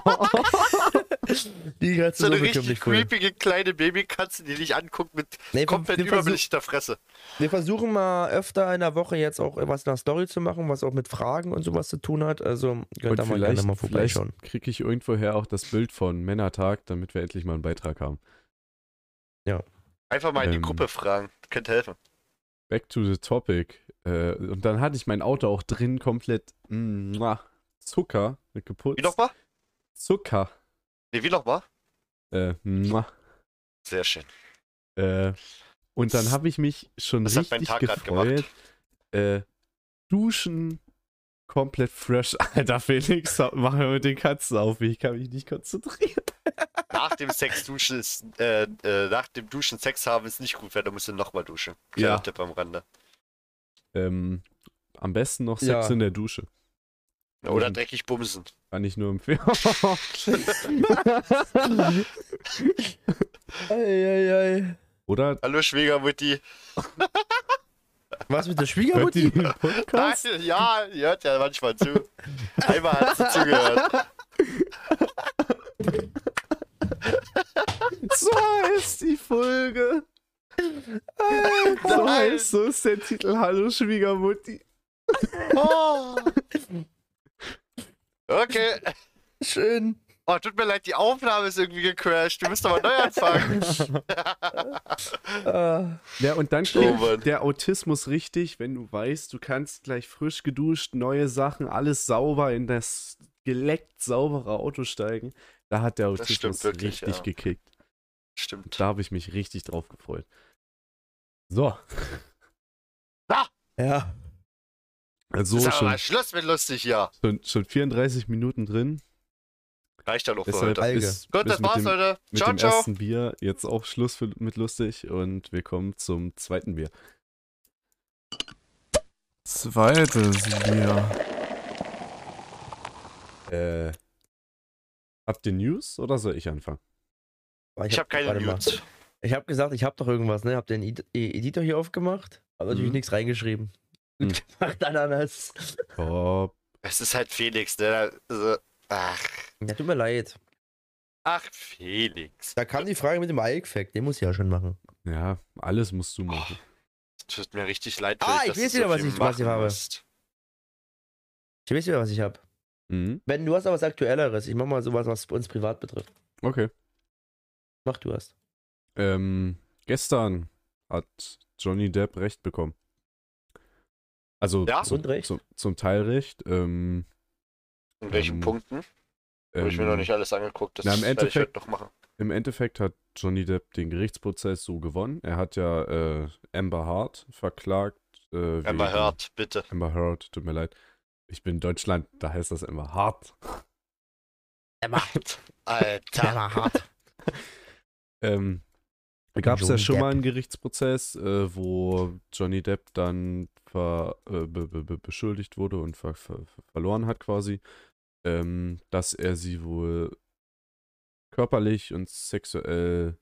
Die Katze So eine so richtig bekömmlich cool. creepige kleine Babykatze, die dich anguckt mit Nee, komplett wir, versuch, überbelichter Fresse. wir versuchen mal öfter in der Woche jetzt auch was in der Story zu machen, was auch mit Fragen und sowas zu tun hat. Also könnt Und da mal gerne vielleicht, mal vorbeischauen. vielleicht kriege ich irgendwoher auch das Bild von Männertag, damit wir endlich mal einen Beitrag haben. Einfach mal in die Ähm. Gruppe fragen. Könnte helfen. Back to the topic. Äh, und dann hatte ich mein Auto auch drin komplett mm, Zucker geputzt. Wie nochmal? Zucker. Nee, wie nochmal? Äh, mua. Sehr schön. äh, und dann habe ich mich schon Das hat mein richtig Tag grad gefreut. Äh, duschen komplett fresh. Alter, Felix, mach mal mit den Katzen auf. Ich kann mich nicht konzentrieren. Nach dem Sex duschen ist, äh, äh, nach dem Duschen Sex haben ist nicht gut, weil da musst du nochmal duschen. Kleiner Ja. Tipp am Rande. Ähm, am besten noch Sex Ja. in der Dusche. Oder Mhm. dreckig bumsen. Kann ich nur empfehlen. Eieiei. Oder Hallo Schwiegermutti. Was mit der hört ihr Schwiegermutti? den Podcast? Nein, ja, die hört ja manchmal zu. Einmal hat sie zugehört. So heißt die Folge. So heißt, so ist der Titel. Hallo Schwiegermutti. Oh. Okay. Schön. Oh, tut mir leid, die Aufnahme ist irgendwie gecrashed. Du musst aber neu anfangen. Ah, Ja, und dann Oh, klingt Mann. der Autismus richtig, wenn du weißt, du kannst gleich frisch geduscht, neue Sachen, alles sauber in das geleckt saubere Auto steigen. Da hat der Das Autismus stimmt wirklich, richtig ja. gekickt. Stimmt. Da habe ich mich richtig drauf gefreut. So, ja. also ist aber schon, mal Schluss mit lustig, ja. schon, schon vierunddreißig Minuten drin. Reicht ja noch für Deshalb heute. Alge. ist, Gut, ist das mit war's, dem, Leute. mit Ciao, dem ciao. ersten Bier jetzt auch Schluss für, mit lustig und wir kommen zum zweiten Bier. Zweites Bier. Äh, habt ihr News oder soll ich anfangen? Aber Ich habe keine warte mal. News. Ich habe gesagt, ich habe doch irgendwas, ne? Habt ihr einen Ed E- Editor hier aufgemacht? Aber natürlich Mhm. nichts reingeschrieben. Mhm. Gut gemacht, Ananas. Oh, Es ist halt Felix, ne? Also, ach, Ja, tut mir leid. ach, Felix. Da kam die Frage mit dem Ike-Fact, den muss ich ja schon machen. ja, alles musst du machen. Tut mir richtig leid. Ah, Felix, ich dass weiß du wieder, so was viel ich- was ich machen habe. musst. Ich weiß wieder, was ich habe. Mhm. Ben, du hast aber was Aktuelleres. Ich mach mal sowas, was uns privat betrifft. Okay. Mach du hast. Ähm, gestern hat Johnny Depp Recht bekommen. Also Ja? zum, Und Recht? Zum, zum Teil Recht. Ähm, In welchen Ähm, Punkten? Habe ich mir noch ähm, nicht alles angeguckt. Das na, im werde ich Endeffekt- heute noch machen. Im Endeffekt hat Johnny Depp den Gerichtsprozess so gewonnen. Er hat ja äh, Amber Heard verklagt. Äh, Amber wegen- Heard, bitte. Amber Heard, tut mir leid. Ich bin in Deutschland, da heißt das Amber Heard. Emma. Alter. Emma hart. Ähm, gab es ja Johnny schon Depp. mal einen Gerichtsprozess, äh, wo Johnny Depp dann ver, äh, be, be, be, beschuldigt wurde und ver, ver, verloren hat quasi, ähm, dass er sie wohl körperlich und sexuell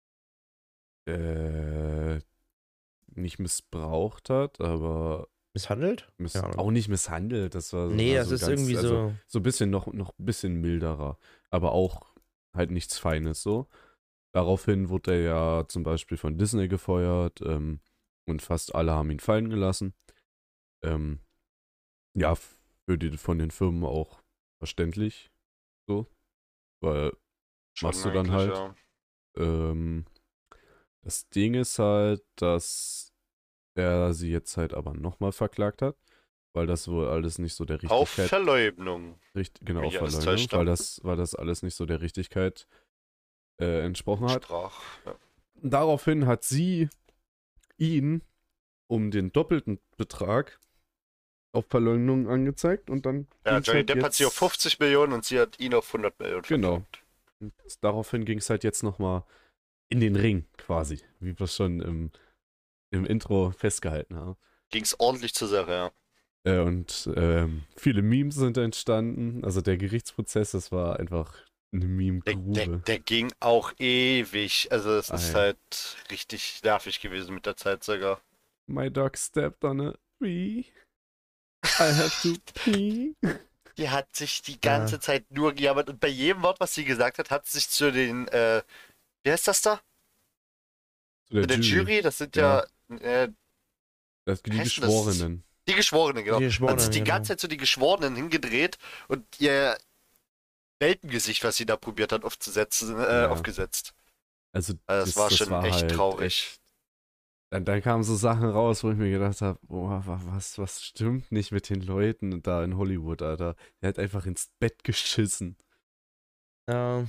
äh, nicht missbraucht hat, aber Misshandelt? miss Keine Ahnung. auch nicht misshandelt. Das war Nee, war das so ist ganz- irgendwie also, so. so ein bisschen noch, noch ein bisschen milderer, aber auch halt nichts Feines so. Daraufhin wurde er ja zum Beispiel von Disney gefeuert ähm, und fast alle haben ihn fallen gelassen. Ähm, ja, für die von den Firmen auch verständlich so, weil Schon machst du dann eigentlich, halt. ja. Ähm, das Ding ist halt, dass er sie jetzt halt aber nochmal verklagt hat, weil das wohl alles nicht so der Auf Richtigkeit, Verleumdung. richt, genau, wenn auf ich alles Verleumdung, täuscht weil habe. das, weil das alles nicht so der Richtigkeit äh, entsprochen hat. Sprach. Ja. Daraufhin hat sie ihn um den doppelten Betrag auf Verleumdung angezeigt und dann Ja, ging's Johnny halt Depp jetzt, hat sie auf fünfzig Millionen und sie hat ihn auf hundert Millionen Genau. verklagt. und daraufhin ging es halt jetzt nochmal in den Ring quasi, wie wir schon im, im Intro festgehalten haben. Ging's ordentlich zur Sache, ja. Äh, und ähm, viele Memes sind entstanden. Also der Gerichtsprozess, das war einfach eine Der, Meme-Grube. der, der ging auch ewig. Also es Ah, ist ja. halt richtig nervig gewesen mit der Zeit sogar. My dog stepped on a tree. I have to pee. Die hat sich die ganze Zeit nur gejammert und bei jedem Wort, was sie gesagt hat, hat sie sich zu den, äh, wie heißt das da? Zu der Zu der Jury. Jury, das sind ja, äh, Das, die heißt denn das? Geschworenen. die Geschworenen, genau. Die Hat Geschworenen, sich die genau. ganze Zeit zu den Geschworenen hingedreht und ihr Weltengesicht, was sie da probiert hat aufzusetzen, äh, Ja. aufgesetzt. Also, Also das war schon echt halt traurig. echt- Dann, dann kamen so Sachen raus, wo ich mir gedacht habe, boah, wa- was, was stimmt nicht mit den Leuten da in Hollywood, Alter. Der hat einfach ins Bett geschissen. Ja,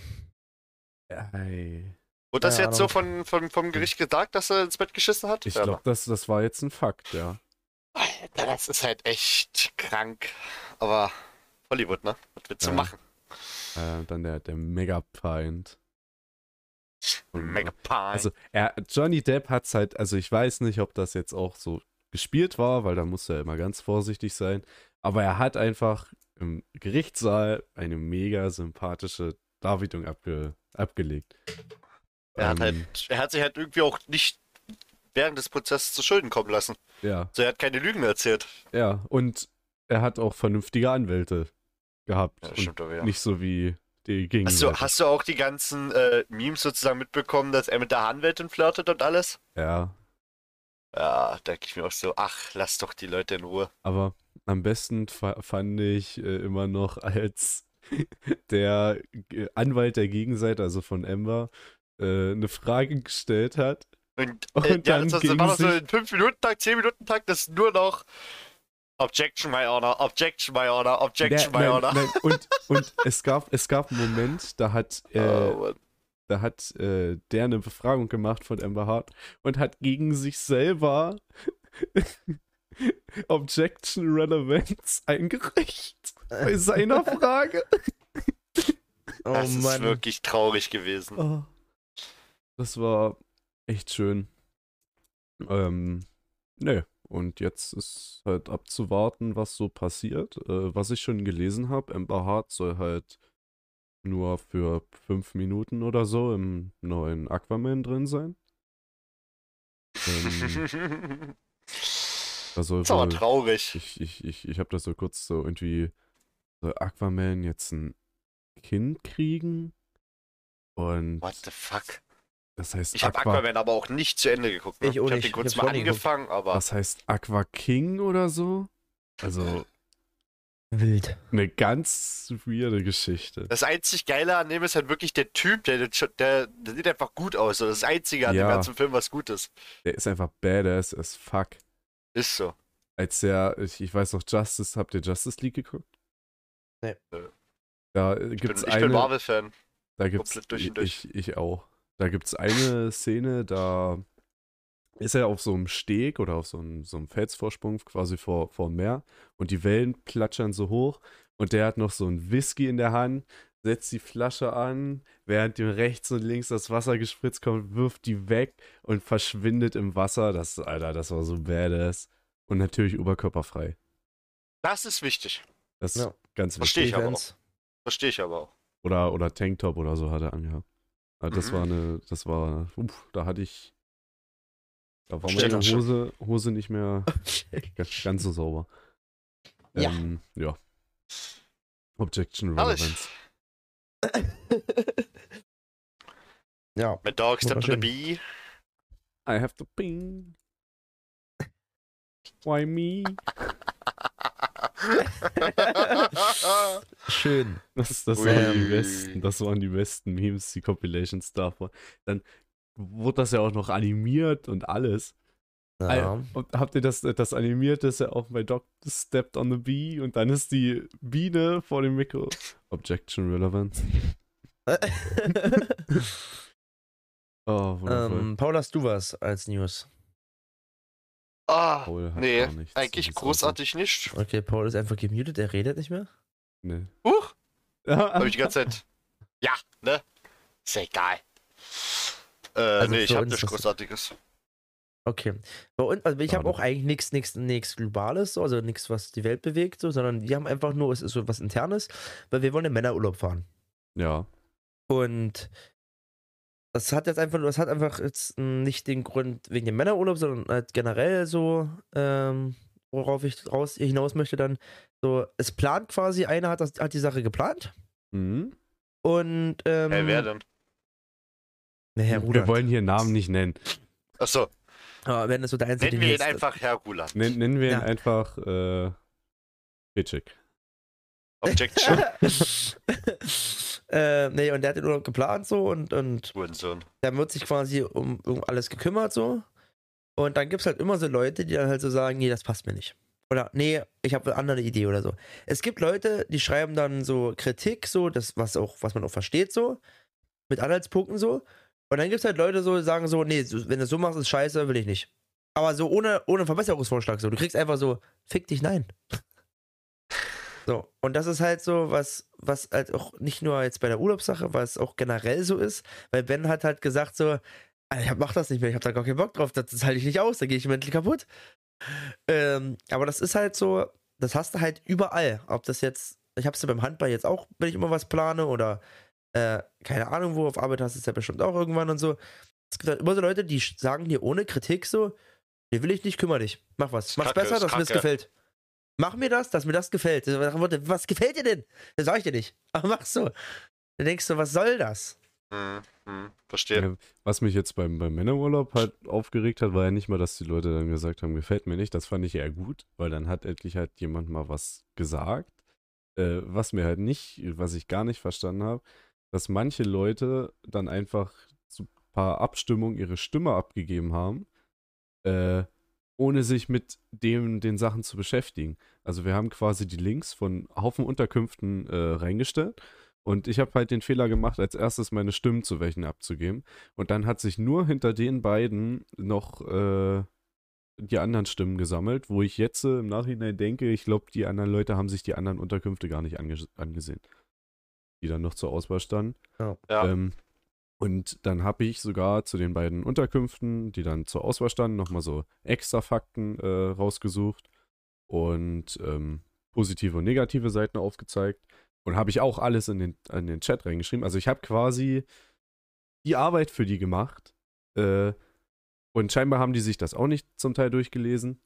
Ey. Wurde das Keine jetzt so Ahnung. von, von, vom Gericht gesagt, dass er ins Bett geschissen hat? Ich Ja, glaube, das, das war jetzt ein Fakt, ja. Alter, das ist halt echt krank. Aber Hollywood, ne? Was willst du Ja. machen? Äh, dann der, der Megapint. Und, Megapine. Also, er, Johnny Depp hat's halt, also ich weiß nicht, ob das jetzt auch so gespielt war, weil da muss er immer ganz vorsichtig sein. Aber er hat einfach im Gerichtssaal eine mega sympathische Darbietung abge, abgelegt. er, hat Ähm, halt, er hat sich halt irgendwie auch nicht während des Prozesses zu Schulden kommen lassen. Ja, So, er hat keine Lügen erzählt. ja. Und er hat auch vernünftige Anwälte gehabt. Ja, und stimmt doch wieder. nicht so wie die Hast Gegenseite. du, hast du auch die ganzen äh, Memes sozusagen mitbekommen, dass er mit der Anwältin flirtet und alles? Ja, Ja, denke ich mir auch so, ach, lass doch die Leute in Ruhe. aber am besten fa- fand ich äh, immer noch, als der G- Anwalt der Gegenseite, also von Amber, äh, eine Frage gestellt hat. Und, Und äh, ja, dann das, das ging war doch so sich- in fünf Minuten Tag, zehn Minuten Tag, das ist nur noch Objection, my honor, Objection, my honor, Objection, Der- my nein, honor. nein, und und es, gab, es gab einen Moment, da hat, äh, Oh, Mann. da hat äh, der eine Befragung gemacht von Amber Heard und hat gegen sich selber Objection Relevance eingereicht bei seiner Frage. oh Das ist Mann. wirklich traurig gewesen. Oh. Das war echt schön. Ähm, nö. Und jetzt ist halt abzuwarten, was so passiert. Äh, was ich schon gelesen habe, Amber Heard soll halt nur für fünf Minuten oder so im neuen Aquaman drin sein. Ähm, da soll ist aber wohl, traurig. ich ich, ich, ich habe das so kurz so irgendwie, soll Aquaman jetzt ein Kind kriegen? Und What the fuck? das heißt Ich habe Aqua, Aquaman aber auch nicht zu Ende geguckt. Ne? Ich auch Ich habe nicht. den kurz Ich hab's mal auch nicht geguckt. angefangen, aber was heißt Aqua King oder so? Also Wild. eine ganz weirde Geschichte. das einzig Geile an dem ist halt wirklich der Typ, der, der, der, der sieht einfach gut aus. So, das Einzige an Ja. dem ganzen Film, was gut ist. Der ist einfach badass as fuck. Ist so. Als der, ich, ich weiß noch, Justice, habt ihr Justice League geguckt? Nee. Nö. Da äh, Ich bin, gibt's ich bin eine, Marvel-Fan. da gibt's, komplett durch und durch. ich, ich auch. Da gibt's eine Szene, da ist er auf so einem Steg oder auf so einem, so einem Felsvorsprung quasi vor, vor dem Meer und die Wellen platschern so hoch und der hat noch so einen Whisky in der Hand, setzt die Flasche an, während ihm rechts und links das Wasser gespritzt kommt, wirft die weg und verschwindet im Wasser. Das, Alter, das war so badass. Und natürlich oberkörperfrei. Das ist wichtig. Das ist Ja. ganz Versteh wichtig. ich aber Defense. Verstehe ich aber auch. Oder, oder Tanktop oder so hat er angehabt. Aber das Mhm. war eine, das war, uff, da hatte ich, da war Verstehe meine ich schon. Hose, Hose nicht mehr ga- ganz so sauber. Ja. Ähm, ja. Objection Herrlich. Relevance. Ja. My dog stepped on the Wunderschön. bee. I have to ping. Why me? Schön. Das, das waren die Ui. besten, das waren die besten Memes, die Compilations davon. Dann wurde das ja auch noch animiert und alles. Ja. Und habt ihr das, das animiert, ist ja auch bei Doc stepped on the bee und dann ist die Biene vor dem Mikro. Objection Relevance. Oh, wundervoll. ähm, Paul, hast du was als News? Ah, Paul hat nee, gar nichts, so eigentlich wie's großartig nicht. Okay, Paul ist einfach gemutet, er redet nicht mehr. Nee. Huch, hab ich die ganze Zeit. Ja, ne? Ist ja egal. Äh, Also nee, ich für hab uns nichts das- Großartiges. Okay. Bei uns, also ich habe Schade. auch eigentlich nichts nichts nichts Globales, so, also nichts, was die Welt bewegt, so, sondern wir haben einfach nur, es ist so was Internes, weil wir wollen in Männerurlaub fahren. Ja. Und das hat jetzt einfach, das hat einfach jetzt nicht den Grund wegen dem Männerurlaub, sondern halt generell so, ähm, worauf ich raus hinaus möchte dann, so, es plant quasi, einer hat das, hat die Sache geplant Mhm. und, ähm, Hey, wer denn? na, Herr Wir Rudert. wollen hier Namen nicht nennen. Achso, Aber wenn das so der einzige, nennen den wir ihn jetzt- einfach Herr Ruland. Nen, nennen wir ihn Ja. einfach äh, Pitchik. Objection. äh, nee, und der hat den Urlaub geplant so und, und Hurensohn. dann wird sich quasi um, um alles gekümmert so. Und dann gibt es halt immer so Leute, die dann halt so sagen, nee, das passt mir nicht. Oder nee, ich habe eine andere Idee oder so. Es gibt Leute, die schreiben dann so Kritik, so, das, was auch, was man auch versteht, so, mit Anhaltspunkten so. Und dann gibt es halt Leute, so, die sagen so, nee, so, wenn du es so machst, ist scheiße, will ich nicht. Aber so ohne, ohne Verbesserungsvorschlag so. Du kriegst einfach so, fick dich, nein. So, und das ist halt so, was, was halt auch nicht nur jetzt bei der Urlaubssache, was auch generell so ist, weil Ben hat halt gesagt so, Alter, ich mach das nicht mehr, ich hab da gar keinen Bock drauf, das, das halte ich nicht aus, da gehe ich mental kaputt. Ähm, aber das ist halt so, das hast du halt überall. Ob das jetzt, ich hab's ja beim Handball jetzt auch, wenn ich immer was plane oder äh, keine Ahnung wo, auf Arbeit hast du es ja bestimmt auch irgendwann und so. Es gibt halt immer so Leute, die sagen dir ohne Kritik so, nee, will ich nicht, kümmere dich, mach was, Ist mach's Kacke, besser, ist dass mir das Kacke. gefällt. Mach mir das, dass mir das gefällt. Was gefällt dir denn? Das sag ich dir nicht. Aber mach so. Dann denkst du, was soll das? Hm, hm, verstehe. Ja, was mich jetzt beim, beim Männerurlaub halt aufgeregt hat, war ja nicht mal, dass die Leute dann gesagt haben, gefällt mir nicht. Das fand ich eher gut, weil dann hat endlich halt jemand mal was gesagt. Äh, was mir halt nicht, was ich gar nicht verstanden habe, dass manche Leute dann einfach zu ein paar Abstimmungen ihre Stimme abgegeben haben, äh, ohne sich mit dem, den Sachen zu beschäftigen. Also wir haben quasi die Links von Haufen Unterkünften äh, reingestellt und ich habe halt den Fehler gemacht, als erstes meine Stimmen zu welchen abzugeben und dann hat sich nur hinter den beiden noch äh, die anderen Stimmen gesammelt, wo ich jetzt äh, im Nachhinein denke, ich glaube, die anderen Leute haben sich die anderen Unterkünfte gar nicht ange angesehen, die dann noch zur Auswahl standen. Ja. Ja. Ähm, und dann habe ich sogar zu den beiden Unterkünften, die dann zur Auswahl standen, nochmal so extra Fakten äh, rausgesucht und ähm, positive und negative Seiten aufgezeigt. Und habe ich auch alles in den, in den Chat reingeschrieben. Also ich habe quasi die Arbeit für die gemacht. Äh, und scheinbar haben die sich das auch nicht zum Teil durchgelesen.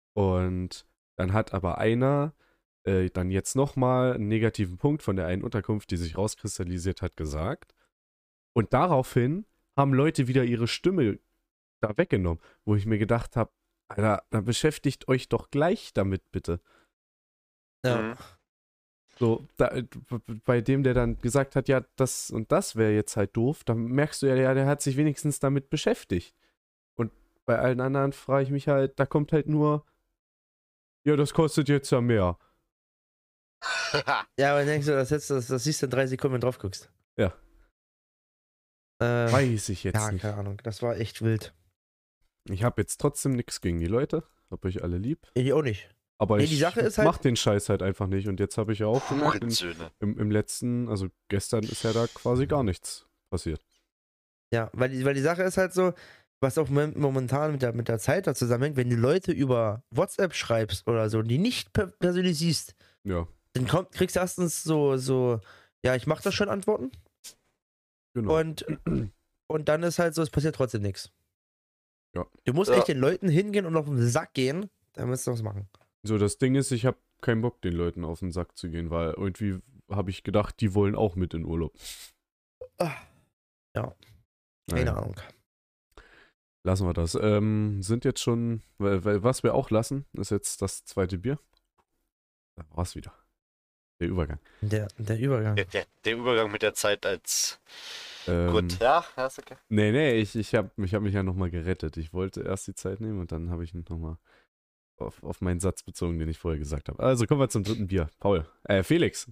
Und dann hat aber einer äh, dann jetzt nochmal einen negativen Punkt von der einen Unterkunft, die sich rauskristallisiert hat, gesagt. Und daraufhin haben Leute wieder ihre Stimme da weggenommen, wo ich mir gedacht habe, Alter, dann beschäftigt euch doch gleich damit, bitte. Ja. Mhm. So, da, bei dem, der dann gesagt hat, ja, das und das wäre jetzt halt doof, dann merkst du ja, ja, der hat sich wenigstens damit beschäftigt. Und bei allen anderen frage ich mich halt, da kommt halt nur, ja, das kostet jetzt ja mehr. Ja, aber dann denkst du, das, jetzt, das, das siehst du in drei Sekunden, wenn du drauf guckst. Ja. Äh, Weiß ich jetzt ja, nicht. keine Ahnung. Das war echt wild. Ich habe jetzt trotzdem nichts gegen die Leute, hab euch alle lieb. Ich auch nicht. Aber Nee, ich die Sache ist halt- mach den Scheiß halt einfach nicht. Und jetzt habe ich ja auch gemerkt, in, Hurensöhne. im, im letzten, also gestern ist ja da quasi gar nichts passiert. Ja, weil die, weil die Sache ist halt so, was auch mom- momentan mit der, mit der Zeit da zusammenhängt, wenn du Leute über WhatsApp schreibst oder so, die nicht per persönlich siehst, Ja, dann kommt, kriegst du erstens so, so, ja, ich mach das schon Antworten. genau. Und, und dann ist halt so, es passiert trotzdem nichts. Ja. Du musst Ja. echt den Leuten hingehen und auf den Sack gehen, dann musst du was machen. So, das Ding ist, ich habe keinen Bock, den Leuten auf den Sack zu gehen, weil irgendwie habe ich gedacht, die wollen auch mit in Urlaub. Ah. Ja. Keine Naja, Ahnung. lassen wir das. Ähm, sind jetzt schon, weil, weil was wir auch lassen, ist jetzt das zweite Bier. Da war's wieder. Der Übergang. Der, der Übergang. Der, der, der Übergang mit der Zeit als. Ähm, Gut, ja, ja, ist okay. Nee, nee, ich, ich habe ich hab mich ja nochmal gerettet. Ich wollte erst die Zeit nehmen und dann habe ich nochmal auf, auf meinen Satz bezogen, den ich vorher gesagt habe. Also kommen wir zum dritten Bier. Paul. Äh, Felix.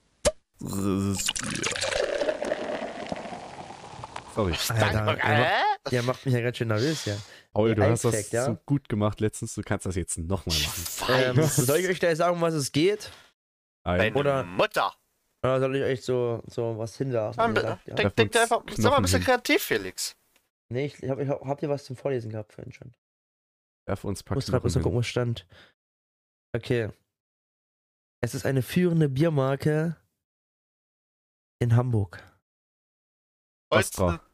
Sorry. Alter, der, macht, der macht mich ja ganz schön nervös, ja. Paul, du Ein hast das Fact, ja? so gut gemacht letztens. Du kannst das jetzt nochmal machen. Ähm, soll ich euch gleich sagen, um was es geht? Ein, Deine Oder- Mutter. Oder soll ich euch so, so was hinwerfen? Denk, Ja. denk, denk dir einfach, Knochen sag mal ein bisschen hin. kreativ, Felix. Nee, ich hab, ich hab, habt ihr was zum Vorlesen gehabt vorhin schon? werf uns Ich muss gerade Packen mal gucken, wo es stand. Okay. Es ist eine führende Biermarke in Hamburg. Astra. Holsten.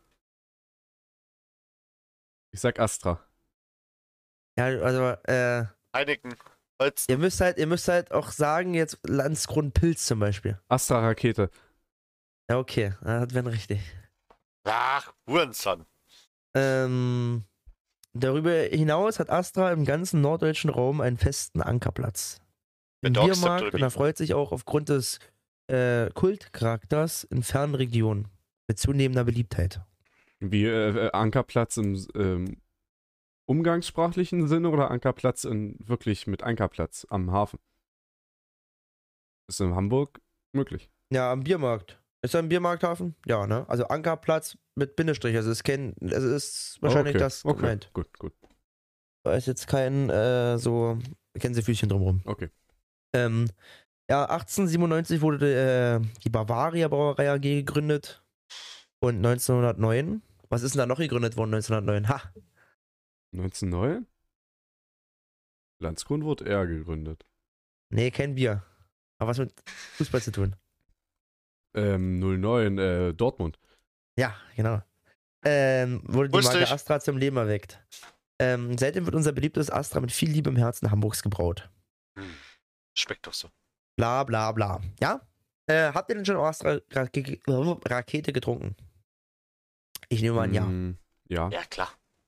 Ich sag Astra. Ja, also, äh, Heineken. Holsten. ihr müsst halt, ihr müsst halt auch sagen, jetzt Landskrone Pilz zum Beispiel. Astra Rakete. Ja, okay, das wäre richtig. Ach, Hurensohn. Ähm, darüber hinaus hat Astra im ganzen norddeutschen Raum einen festen Ankerplatz. Im Mit Dogs Biermarkt oder und wie? erfreut sich auch aufgrund des äh, Kultcharakters in fernen Regionen mit zunehmender Beliebtheit. Wie äh, Ankerplatz im ähm, umgangssprachlichen Sinne oder Ankerplatz in wirklich mit Ankerplatz am Hafen? Ist in Hamburg möglich. Ja, am Biermarkt. Ist da ein Biermarkthafen? Ja, ne? Also Ankerplatz mit Bindestrich. Also es kein, also ist wahrscheinlich okay. das okay. gemeint. Gut, gut. Da ist jetzt kein äh, so Gänsefüßchen drumrum. Okay. Ähm, ja, achtzehnhundertsiebenundneunzig wurde äh, die Bavaria Brauerei A G gegründet. Und neunzehnhundertneun, was ist denn da noch gegründet worden neunzehnhundertneun? Ha! neunzehnhundertneun? Landskron wurde eher gegründet. Nee, kein Bier. Aber was mit Fußball zu tun? Ähm, null neun, äh, Dortmund. Ja, genau. Ähm, wurde die Wusste Marke ich. Astra zum Leben erweckt. Ähm, seitdem wird unser beliebtes Astra mit viel Liebe im Herzen Hamburgs gebraut. Hm. Schmeckt doch so. Bla bla bla. Ja? Äh, habt ihr denn schon Astra Rakete getrunken? Ich nehme mal an, ja. Mm, ja. Ja, klar.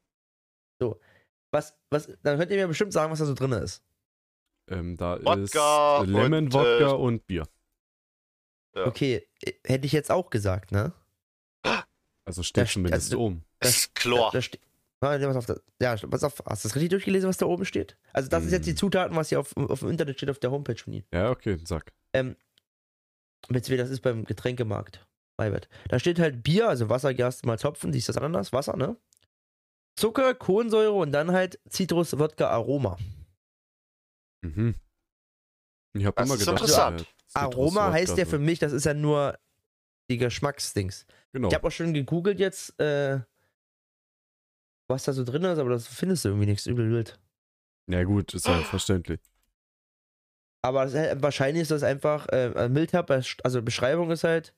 Was, was, dann könnt ihr mir bestimmt sagen, was da so drin ist. Ähm, da Wodka ist Lemon, und, Wodka äh, und Bier. Ja. Okay, äh, hätte ich jetzt auch gesagt, ne? Also steht Das- zumindest also- oben. Das ist Chlor. Da, da ste- Warte, pass auf, da, ja, pass auf, hast du das richtig durchgelesen, was da oben steht? Also das ist jetzt die Hm. Zutaten, was hier auf, auf dem Internet steht, auf der Homepage von Ihnen. Ja, okay, sag. Ähm, beziehungsweise das ist beim Getränkemarkt. Maywert. Da steht halt Bier, also Wasser, Gerste, Malz, Hopfen, die ist das anders, Wasser, ne? Zucker, Kohlensäure und dann halt Zitrus, Wodka, Aroma. Mhm. Ich hab Das immer ist gedacht, interessant. äh, Zitrus, Aroma Wodka heißt ja so. für mich, das ist ja nur die Geschmacksdings. Genau. Ich habe auch schon gegoogelt jetzt, äh, was da so drin ist, aber das findest du irgendwie nichts, übel wild. Ja gut, ist ja verständlich. Aber das, ist halt- wahrscheinlich ist das einfach äh, mildherb, bei st- also Beschreibung ist halt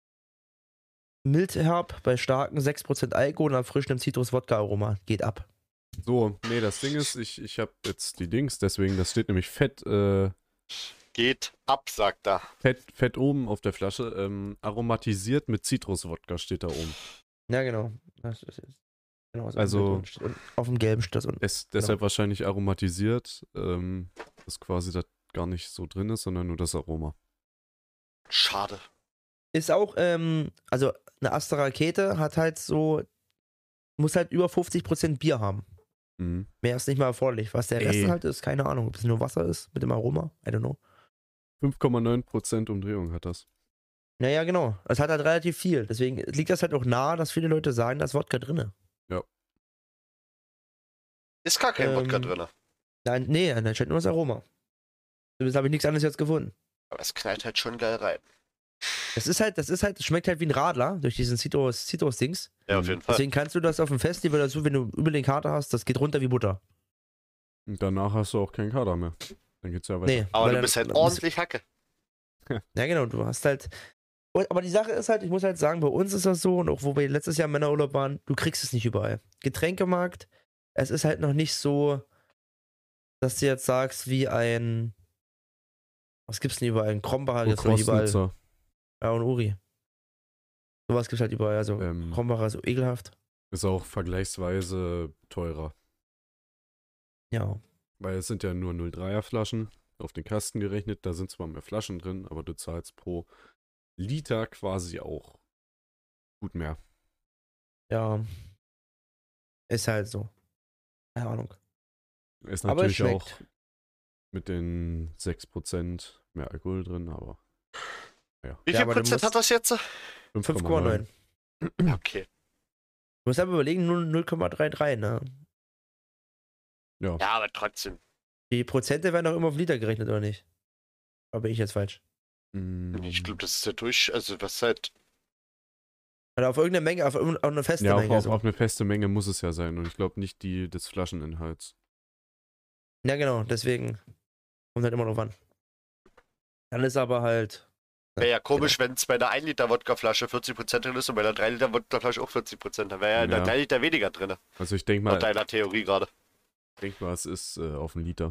mildherb bei starken sechs Prozent Alkohol und erfrischendem Zitrus-Wodka-Aroma. Geht ab. So, nee, das Ding ist, ich, ich habe jetzt die Dings, deswegen, das steht nämlich fett, äh, Geht ab, sagt er. fett, fett oben auf der Flasche, ähm, aromatisiert mit Zitruswodka steht da oben. Ja, genau. Das ist jetzt, genau was auf dem Also- Bild unten steht. Und auf dem gelben steht das unten. Es, deshalb wahrscheinlich aromatisiert, ähm, dass quasi das gar nicht so drin ist, sondern nur das Aroma. Schade. Ist auch, ähm, also eine Astra Rakete hat halt so, muss halt über fünfzig Prozent Bier haben. Mhm. Mehr ist nicht mal erforderlich. Was der Rest Ey. halt ist, keine Ahnung. Ob es nur Wasser ist mit dem Aroma, I don't know. fünf Komma neun Prozent Umdrehung hat das. Naja, genau. Es hat halt relativ viel. Deswegen liegt das halt auch nahe, dass viele Leute sagen, da ist Wodka drinne. Ist gar kein Ähm, Wodka drin. Nein, nee, da steht nur das Aroma. Das habe ich nichts anderes jetzt gefunden. Aber es knallt halt schon geil rein. Das ist halt, das ist halt, das schmeckt halt wie ein Radler durch diesen Citrus, Citrus-Dings. Ja, auf jeden Fall. Deswegen kannst du das auf dem Festival dazu, wenn du übel den Kater hast, das geht runter wie Butter. Und danach hast du auch keinen Kader mehr. Dann geht's ja weiter. Nee. Aber weil du dann- bist halt dann- ordentlich Hacke. Ja, genau, du hast halt. Und, aber die Sache ist halt, ich muss halt sagen, bei uns ist das so, und auch wo wir letztes Jahr im Männerurlaub waren, du kriegst es nicht überall. Getränkemarkt, es ist halt noch nicht so, dass du jetzt sagst, wie ein. Was gibt's denn überall? Ein Krombacher So gibt's noch überall. Crossnutzer. Ja, und Uri. Sowas gibt's halt überall. Also Ähm, Krombacher ist so ekelhaft. Ist auch vergleichsweise teurer. Ja. Weil es sind ja nur null Komma dreier Flaschen auf den Kasten gerechnet. Da sind zwar mehr Flaschen drin, aber du zahlst pro Liter quasi auch gut mehr. Ja. Ist halt so. Keine Ahnung. Ist Aber es natürlich auch schmeckt. mit den sechs Prozent mehr Alkohol drin, aber Wie Ja, viel aber du Prozent musst- hat das jetzt? fünf Komma neun. Okay. Du musst aber überlegen, nur null Komma dreiunddreißig, ne? Ja, Ja, aber trotzdem. Die Prozente werden doch immer auf Liter gerechnet, oder nicht? Oder bin ich jetzt falsch? mm, Ich glaube, das ist ja durch. Also, was halt. Oder auf irgendeine Menge, auf, irgendeine- auf eine feste ja, auf, Menge. auf, so. auf eine feste Menge muss es ja sein. Und ich glaube nicht die des Flascheninhalts. Ja, genau, deswegen kommt halt immer drauf an. Dann ist aber halt. Wäre ja komisch, wenn es bei einer ein Liter Wodkaflasche vierzig Prozent drin ist und bei einer drei Liter Wodkaflasche auch vierzig Prozent. Da wäre ja in der Ja. drei Liter weniger drin. Also ich denke Nach mal, deiner Theorie gerade. denk mal, es ist äh, auf einen Liter.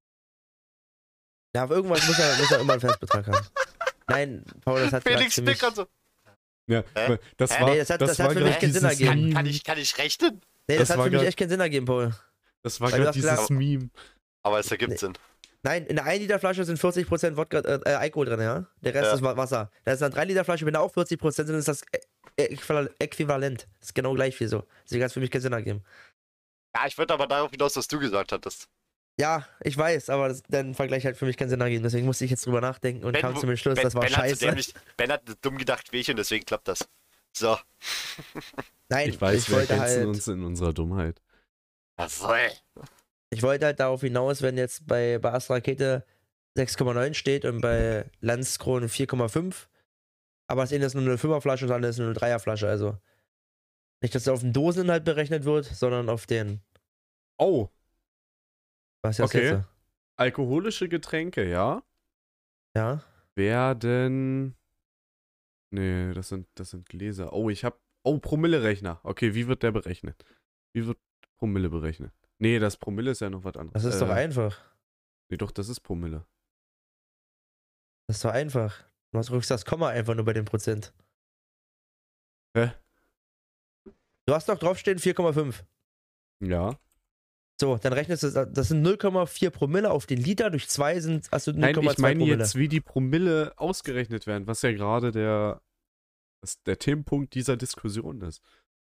Ja, auf irgendwas muss er, muss er immer einen Festbetrag haben. Nein, Paul, das hat Felix für mich, Pick und so. Ja, Hä? weil das Hä? war, Nee, das hat- das hat war für grad mich keinen Sinn dieses ergeben. Kann, Meme. kann, ich, kann ich rechnen? Nee, das, das hat war für mich grad- echt keinen Sinn ergeben, Paul. Das war Weil du gerade hast dieses gesagt- Meme. Aber es ergibt Nee. Sinn. Nein, in der ein Liter Flasche sind vierzig Prozent Wodka, äh, Alkohol drin, ja? Der Rest Ja. ist Wa- Wasser. Da ist eine drei Liter Flasche, wenn da auch vierzig Prozent sind, ist das Ä- Äquival- äquivalent. Das ist genau gleich viel so. Deswegen hat es für mich keinen Sinn ergeben. Ja, ich würde aber darauf hinaus, was du gesagt hattest. Ja, ich weiß, aber das, der Vergleich hat für mich keinen Sinn ergeben. Deswegen musste ich jetzt drüber nachdenken und Ben, kam wo- zu dem Schluss, Ben, das war ben, hat so scheiße. dämlich, Ben hat dumm gedacht wie ich und deswegen klappt das. So. Nein, Ich weiß, ich wir wollte ergänzen halt. uns in unserer Dummheit. Jawohl. Ich wollte halt darauf hinaus, wenn jetzt bei, bei Astra Rakete sechs Komma neun steht und bei Landskron vier Komma fünf, aber das eine ist nur eine null Komma fünfer Flasche und das andere ist eine null Komma dreier Flasche, also nicht, dass es auf den Doseninhalt berechnet wird, sondern auf den, Oh, was ist das Okay. jetzt? alkoholische Getränke, ja, Ja? werden... Nee, das sind, das sind Gläser. Oh, ich hab... Oh, Promille-Rechner. Okay, wie wird der berechnet? Wie wird Promille berechnet? Nee, das Promille ist ja noch was anderes. Das ist doch Äh, einfach. Nee, doch, das ist Promille. Das ist doch einfach. Du drückst das Komma einfach nur bei den Prozent. Hä? Du hast doch draufstehen vier Komma fünf. Ja. So, dann rechnest du, das sind null Komma vier Promille auf den Liter, durch zwei sind, hast du null Nein, Komma ich zwei meine Promille. jetzt, wie die Promille ausgerechnet werden, was ja gerade der, was der Themenpunkt dieser Diskussion ist.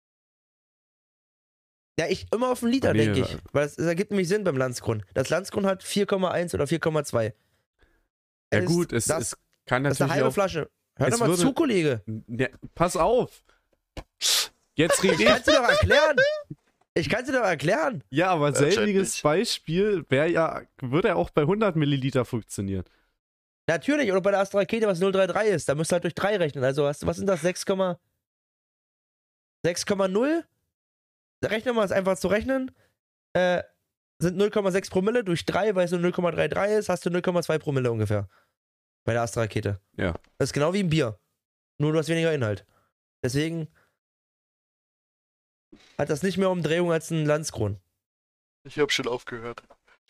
Ja, ich immer auf den Liter, Ah, nee, denke ich. äh, Weil es ergibt nämlich Sinn beim Landskron. Das Landskron hat vier Komma eins oder vier Komma zwei. Ja Es- gut, es, das, es kann das ist eine natürlich halbe auch... Flasche. Hör es doch mal würde- zu, Kollege. Ja, pass auf! Jetzt rede Ich ich. kann es dir doch erklären. Ich kann es dir doch erklären. Ja, aber Anscheinend selbiges nicht. Beispiel wäre ja, würde ja auch bei hundert Milliliter funktionieren. Natürlich, oder bei der Astra Rakete, was null Komma dreiunddreißig ist. Da musst du halt durch drei rechnen. Also, hast, du- was sind das? sechs Komma null? Rechnen wir es einfach zu rechnen. Äh, sind null Komma sechs Promille durch drei, weil es nur null Komma dreiunddreißig ist, hast du null Komma zwei Promille ungefähr. Bei der Astra Rakete. Ja. Das ist genau wie ein Bier. Nur du hast weniger Inhalt. Deswegen hat das nicht mehr Umdrehung als ein Landskron. Ich hab schon aufgehört.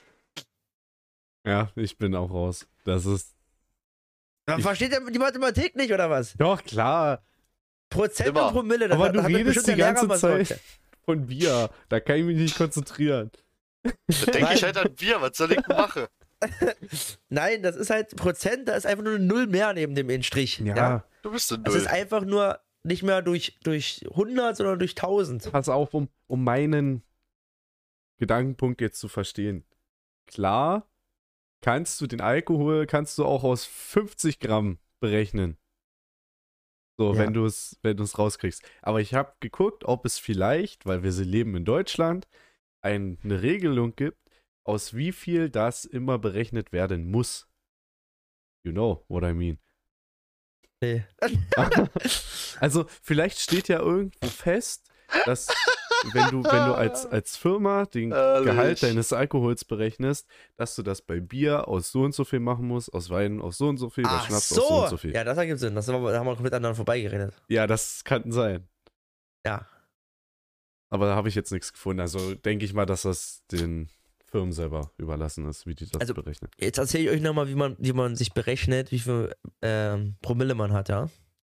Ja, ich bin auch raus. Das ist. Man Ich- versteht ja die Mathematik nicht, oder was? Doch, klar. Prozent Immer. und Promille. das Aber hat- du hat mir redest bestimmt die der Lehrer ganze mal Zeit gesagt. von Bier. Da kann ich mich nicht konzentrieren. Da denke Nein. ich halt an Bier. Was soll ich denn machen? Nein, das ist halt Prozent, da ist einfach nur eine Null mehr neben dem in Strich. Du bist ein Das Null. ist einfach nur nicht mehr durch, durch hundert, sondern durch tausend. Pass auf, um, um meinen Gedankenpunkt jetzt zu verstehen. Klar, kannst du den Alkohol, kannst du auch aus fünfzig Gramm berechnen. So, Ja. wenn du es wenn du es rauskriegst. Aber ich habe geguckt, ob es vielleicht, weil wir sie leben in Deutschland, ein, eine Regelung gibt, aus wie viel das immer berechnet werden muss. You know what I mean. Nee. Also, vielleicht steht ja irgendwo fest, dass wenn du, wenn du als, als Firma den Ehrlich. Gehalt deines Alkohols berechnest, dass du das bei Bier aus so und so viel machen musst, aus Wein aus so und so viel, bei Ach Schnaps so. aus so und so viel. Ja, Ja, das ergibt Sinn. Das haben wir, da haben wir komplett aneinander vorbeigeredet. das kann sein. Ja. Aber da habe ich jetzt nichts gefunden. Also denke ich mal, dass das den Firmen selber überlassen ist, wie die das Also- berechnen. Jetzt erzähle ich euch nochmal, wie man, wie man sich berechnet, wie viel ähm, Promille man hat, ja?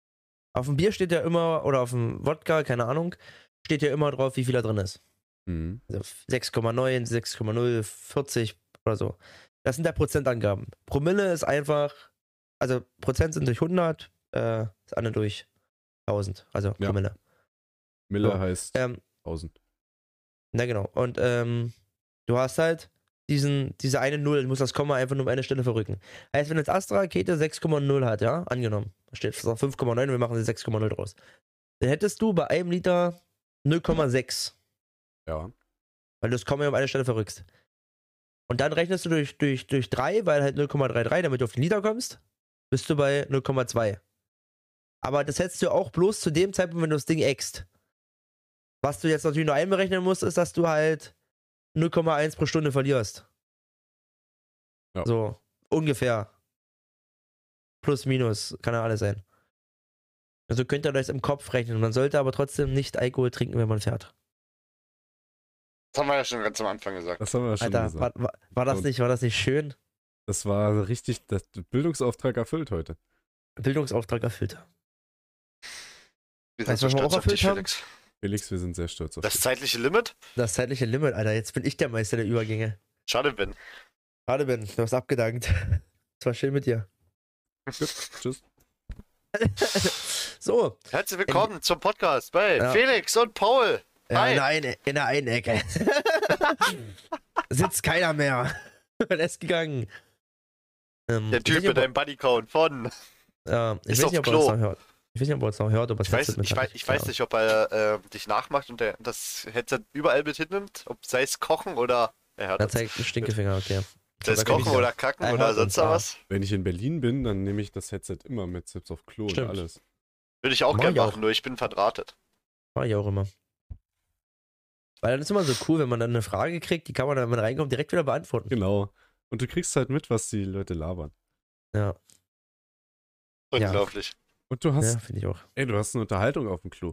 Auf dem Bier steht ja immer, oder auf dem Wodka, keine Ahnung, steht ja immer drauf, wie viel da drin ist. Mhm. Also sechs Komma neun, sechs Komma null, vierzig oder so. Das sind ja Prozentangaben. Promille ist einfach, also Prozent sind durch hundert, äh, das andere durch tausend, also Ja. Promille. Miller So. heißt Ähm, tausend. na genau. Und ähm, du hast halt diesen, diese eine Null, du musst das Komma einfach nur um eine Stelle verrücken. Heißt, wenn jetzt Astra-Rakete sechs Komma null hat, ja, angenommen, da steht fünf Komma neun und wir machen sechs Komma null draus, dann hättest du bei einem Liter null Komma sechs, Ja. weil du das Komma um eine Stelle verrückst. Und dann rechnest du durch, durch, durch drei, weil halt null Komma dreiunddreißig, damit du auf den Liter kommst, bist du bei null Komma zwei. Aber das hättest du auch bloß zu dem Zeitpunkt, wenn du das Ding eckst. Was du jetzt natürlich nur einberechnen musst, ist, dass du halt null Komma eins pro Stunde verlierst. Ja. So, ungefähr. Plus, minus, kann ja alles sein. Also könnt ihr das im Kopf rechnen. Man sollte aber trotzdem nicht Alkohol trinken, wenn man fährt. Das haben wir ja schon ganz am Anfang gesagt. Das haben wir ja schon Alter, war, gesagt. war, war, das Und- nicht, war das nicht schön? Das war richtig, das Bildungsauftrag erfüllt heute. Bildungsauftrag erfüllt. Wir Weißt sind du, so was wir stolz auch auf dich, erfüllt haben? Felix. Felix, wir sind sehr stolz auf Das dich. zeitliche Limit? Das zeitliche Limit, Alter. Jetzt bin ich der Meister der Übergänge. Schade, Ben. Schade, Ben. Du hast abgedankt. Es war schön mit dir. Gut, tschüss. So. Herzlich willkommen zum Podcast bei Ja. Felix und Paul. Ja, Hi. in, der eine, in der einen Ecke. Sitzt keiner mehr. Er ist gegangen. Ähm, Der ich Typ weiß nicht, mit ob- einem Bodycount von. Ja, ich ist weiß auf nicht, ob er Klo. uns noch hört. Ich weiß nicht, ob er uns noch hört, ob er das Ich weiß, Headset mit ich hat. weiß, ich Keine weiß nicht, ob er äh, dich nachmacht und der, das Headset überall mit hinnimmt. Ob sei es Kochen oder. Er hört Ahnung. Er uns. zeigt einen Stinkefinger, okay. Sei es da kenn ich Kochen ja. oder Kacken Er oder hört sonst uns, ja. was. Wenn ich in Berlin bin, dann nehme ich das Headset immer mit, selbst auf Klo Stimmt. und alles. Würde ich auch Mach gerne ich auch. machen, nur ich bin verdrahtet. Mach ich auch immer. Weil dann ist immer so cool, wenn man dann eine Frage kriegt, die kann man dann, wenn man reinkommt, direkt wieder beantworten. Genau. Und du kriegst halt mit, was die Leute labern. Ja, Ja. Unglaublich. Und du hast, ja finde ich auch. ey, du hast eine Unterhaltung auf dem Klo.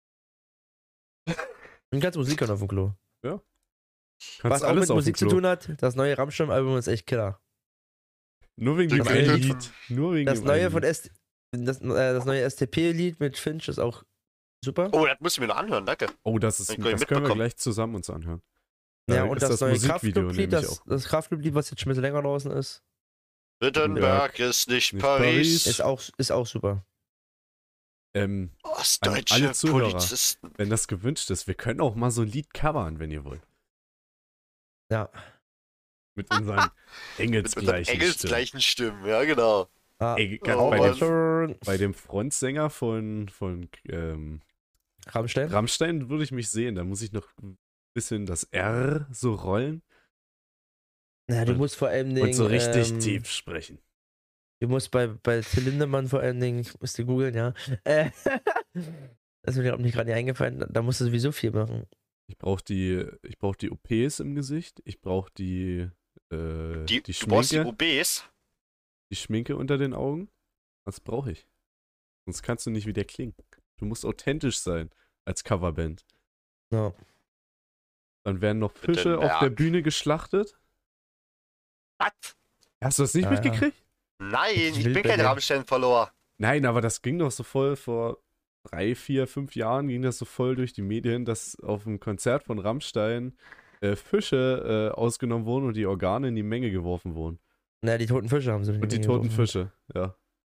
Und ganz Musik hören auf dem Klo. Kannst Was auch alles mit auf Musik dem zu Klo. tun hat, das neue Rammstein-Album ist echt Killer. Nur wegen dem Das einen neue Lied. von- Nur wegen Das dem neue einen von Lied. S das, äh, das neue S T P-Lied mit Finch ist auch super. Oh, das musst du mir noch anhören, danke. Oh, das ist, Ich kann das nicht können wir mitbekommen. gleich zusammen uns anhören. Ja, Da und ist das, das neue Musikvideo Kraftclub-Lied, nämlich das, auch. das Kraftclub-Lied, was jetzt schon ein bisschen länger draußen ist, Wittenberg ist nicht, Nicht Paris. Paris. ist auch, ist auch super. Ähm, Ostdeutsche alle Zuhörer. Polizisten. wenn das gewünscht ist, wir können auch mal so ein Lied covern, wenn ihr wollt. Ja. Mit unseren Mit unseren engelsgleichen Stimmen. engelsgleichen Stimmen, ja genau. Ah, Ey, Oh, bei, Mann. dem, bei dem Frontsänger von, von ähm, Rammstein? Rammstein würde ich mich sehen. Da muss ich noch ein bisschen das R so rollen Na, du und- musst vor allem und so richtig ähm, tief sprechen. Du musst bei, bei Till Lindemann vor allen Dingen, ich musste googeln, ja. Äh, das ist mir gerade nicht gerade nicht eingefallen, da musst du sowieso viel machen. Ich brauche die, ich brauch die O Ps im Gesicht. Ich brauche die, äh, Die, die, du brauchst die Schminke, U Bs. die Schminke unter den Augen. Das brauche ich. Sonst kannst du nicht wie der klingen. Du musst authentisch sein als Coverband. Ja. Dann werden noch Fische auf der Wittenberg. Bühne geschlachtet. Was? Hast du das nicht Ja, ja. mitgekriegt? Nein, Ich ich will bin kein bitte. Rammstein-Follower. Nein, aber das ging doch so voll vor drei, vier, fünf Jahren ging das so voll durch die Medien, dass auf dem Konzert von Rammstein äh, Fische äh, ausgenommen wurden und die Organe in die Menge geworfen wurden. Na, die toten Fische haben sie. Und die toten Fische, ja.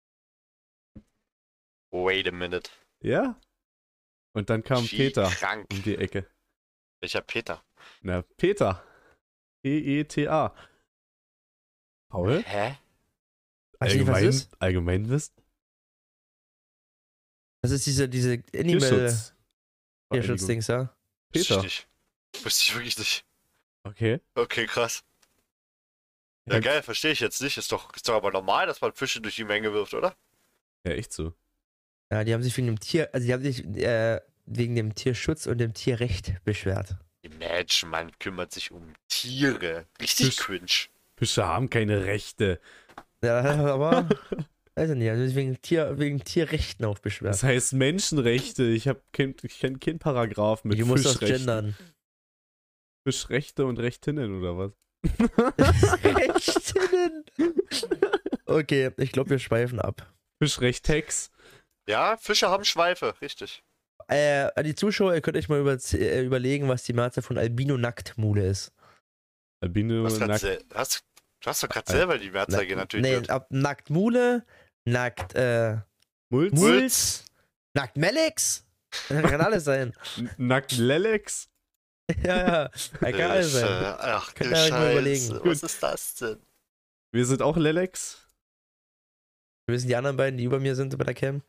Wait a minute. Ja? Und dann kam Wie Peter krank. um die Ecke. Welcher Peter? Na, Peter. P E T A. Paul? Hä? Weißt du nicht, was Allgemein, das ist? Allgemeinwissen? Das ist diese, diese Animal Tierschutz. Tierschutzdings, ja. Peter. Wusste ich nicht. Wusste ich wirklich nicht. Okay. Okay, krass. Ja, Ja. geil, verstehe ich jetzt nicht. Ist doch, ist doch aber normal, dass man Fische durch die Menge wirft, oder? Ja, echt so. Ja, die haben sich wegen dem Tier, also die haben sich äh, wegen dem Tierschutz und dem Tierrecht beschwert. Imagine, man kümmert sich um Tiere. Richtig Fisch. cringe. Fische haben keine Rechte. Ja, aber, weiß ich nicht, also sich wegen, Tier, wegen Tierrechten auch beschwert. Das heißt Menschenrechte. Ich habe kein, ich kenn keinen Paragraph mit Du musst das Fischrechten. gendern. Fischrechte und Rechtinnen oder was? Rechtinnen. Okay, ich glaube, wir schweifen ab. Fischrecht-Hex. Ja, Fische haben Schweife, richtig. Äh, an die Zuschauer, ihr könnt euch mal über, äh, überlegen, was die Mehrzahl von Albino-Nacktmule ist. Albino Du hast, grad nackt. sel- hast, du hast doch gerade Al- selber die Mehrzahl genannt. Nee, ab Nacktmule, Nackt, äh, Mulz? Mulz, Nackt Melex. Kann alles sein. N- Nackt Lelex? Ja, ja, kann alles sein. Ach, Könnt du ihr euch mal Scheiße. überlegen. Was ist das denn? Wir sind auch Lelex? Wir wissen die anderen beiden, die über mir sind bei der Cam.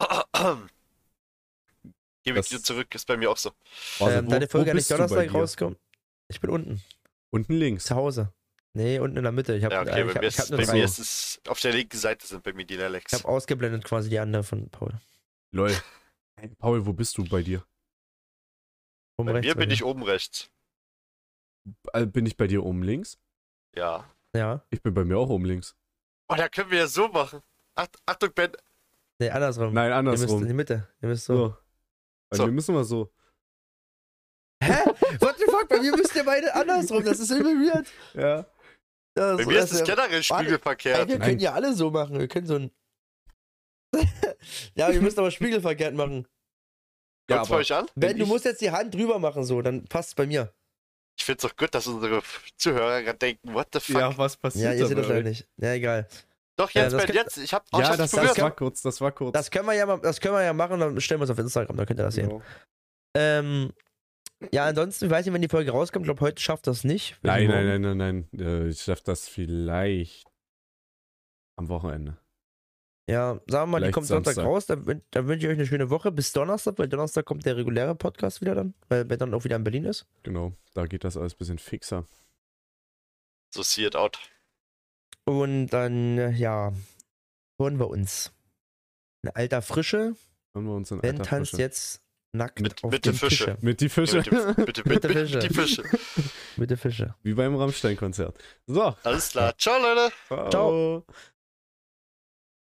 Gebe Das- ich dir zurück, ist bei mir auch so. Also, ähm, da die Folge nicht bist du bei Donnerstag dir? rauskommt. Ich bin unten, Unten links. zu Hause. Nee, unten in der Mitte. Ich habe Ja, okay, äh, bei ich hab, mir, ich hab ist, nur bei drei. mir ist es, auf der linken Seite sind bei mir die Lelex. Ich habe ausgeblendet quasi die andere von Paul. Lol. Hey, Paul, wo bist du bei dir? Oben Bei rechts mir bin dir. ich oben rechts. Äh, Bin ich bei dir oben links? Ja. Ja. Ich bin bei mir auch oben links. Oh, da können wir ja so machen. Ach, Achtung, Ben. Nee, andersrum. Nein, Ihr müsst in andersrum. die Mitte. Ihr müsst so. So. Bei So. mir müssen wir so. Hä? What the fuck? Bei mir müsst ihr beide andersrum. Das ist übel weird. Ja. Das, Bei mir ist das- es generell Ey, spiegelverkehrt. wir Nein. können ja alle so machen. Wir können so ein. Ja, ihr müsst aber spiegelverkehrt machen. Ja, Kommt's bei aber euch an? Ben, du ich- musst jetzt die Hand drüber machen, so, dann passt bei mir. Ich find's doch gut, dass unsere Zuhörer gerade denken, what the fuck. Ja, was passiert Ja, ihr da seht das bei leider euch? nicht. Ja, egal. Doch, Ja, jetzt, das Ben, kann- jetzt. Ich hab, oh, ich Ja, hab's das, berührt. das war kurz, das war kurz. Das können wir ja mal, das können wir ja machen, dann stellen wir es auf Instagram, dann könnt ihr das sehen. Genau. Ähm, ja, ansonsten, ich weiß nicht, wenn die Folge rauskommt, ich glaube, heute schafft das nicht. Nein, Morgen. nein, nein, nein, nein. Äh, Ich schaffe das vielleicht am Wochenende. Ja, sagen wir mal, die Vielleicht kommt Sonntag Samstag. raus, dann, wün- dann wünsche ich euch eine schöne Woche bis Donnerstag, weil Donnerstag kommt der reguläre Podcast wieder dann, weil Ben dann auch wieder in Berlin ist. Genau, da geht das alles ein bisschen fixer. So see it out. Und dann, äh, ja, hören wir uns. In alter Frische, Hören wir uns in Ben alter tanzt Frische. jetzt nackt Mit- auf mit dem den Fische. Tische. Mit die Fische. Ja, bitte, bitte, bitte, Mit den bitte, die Fische. Mit den Fische. Wie beim Rammstein-Konzert. So. Alles klar. Ciao, Leute. Ciao. Ciao.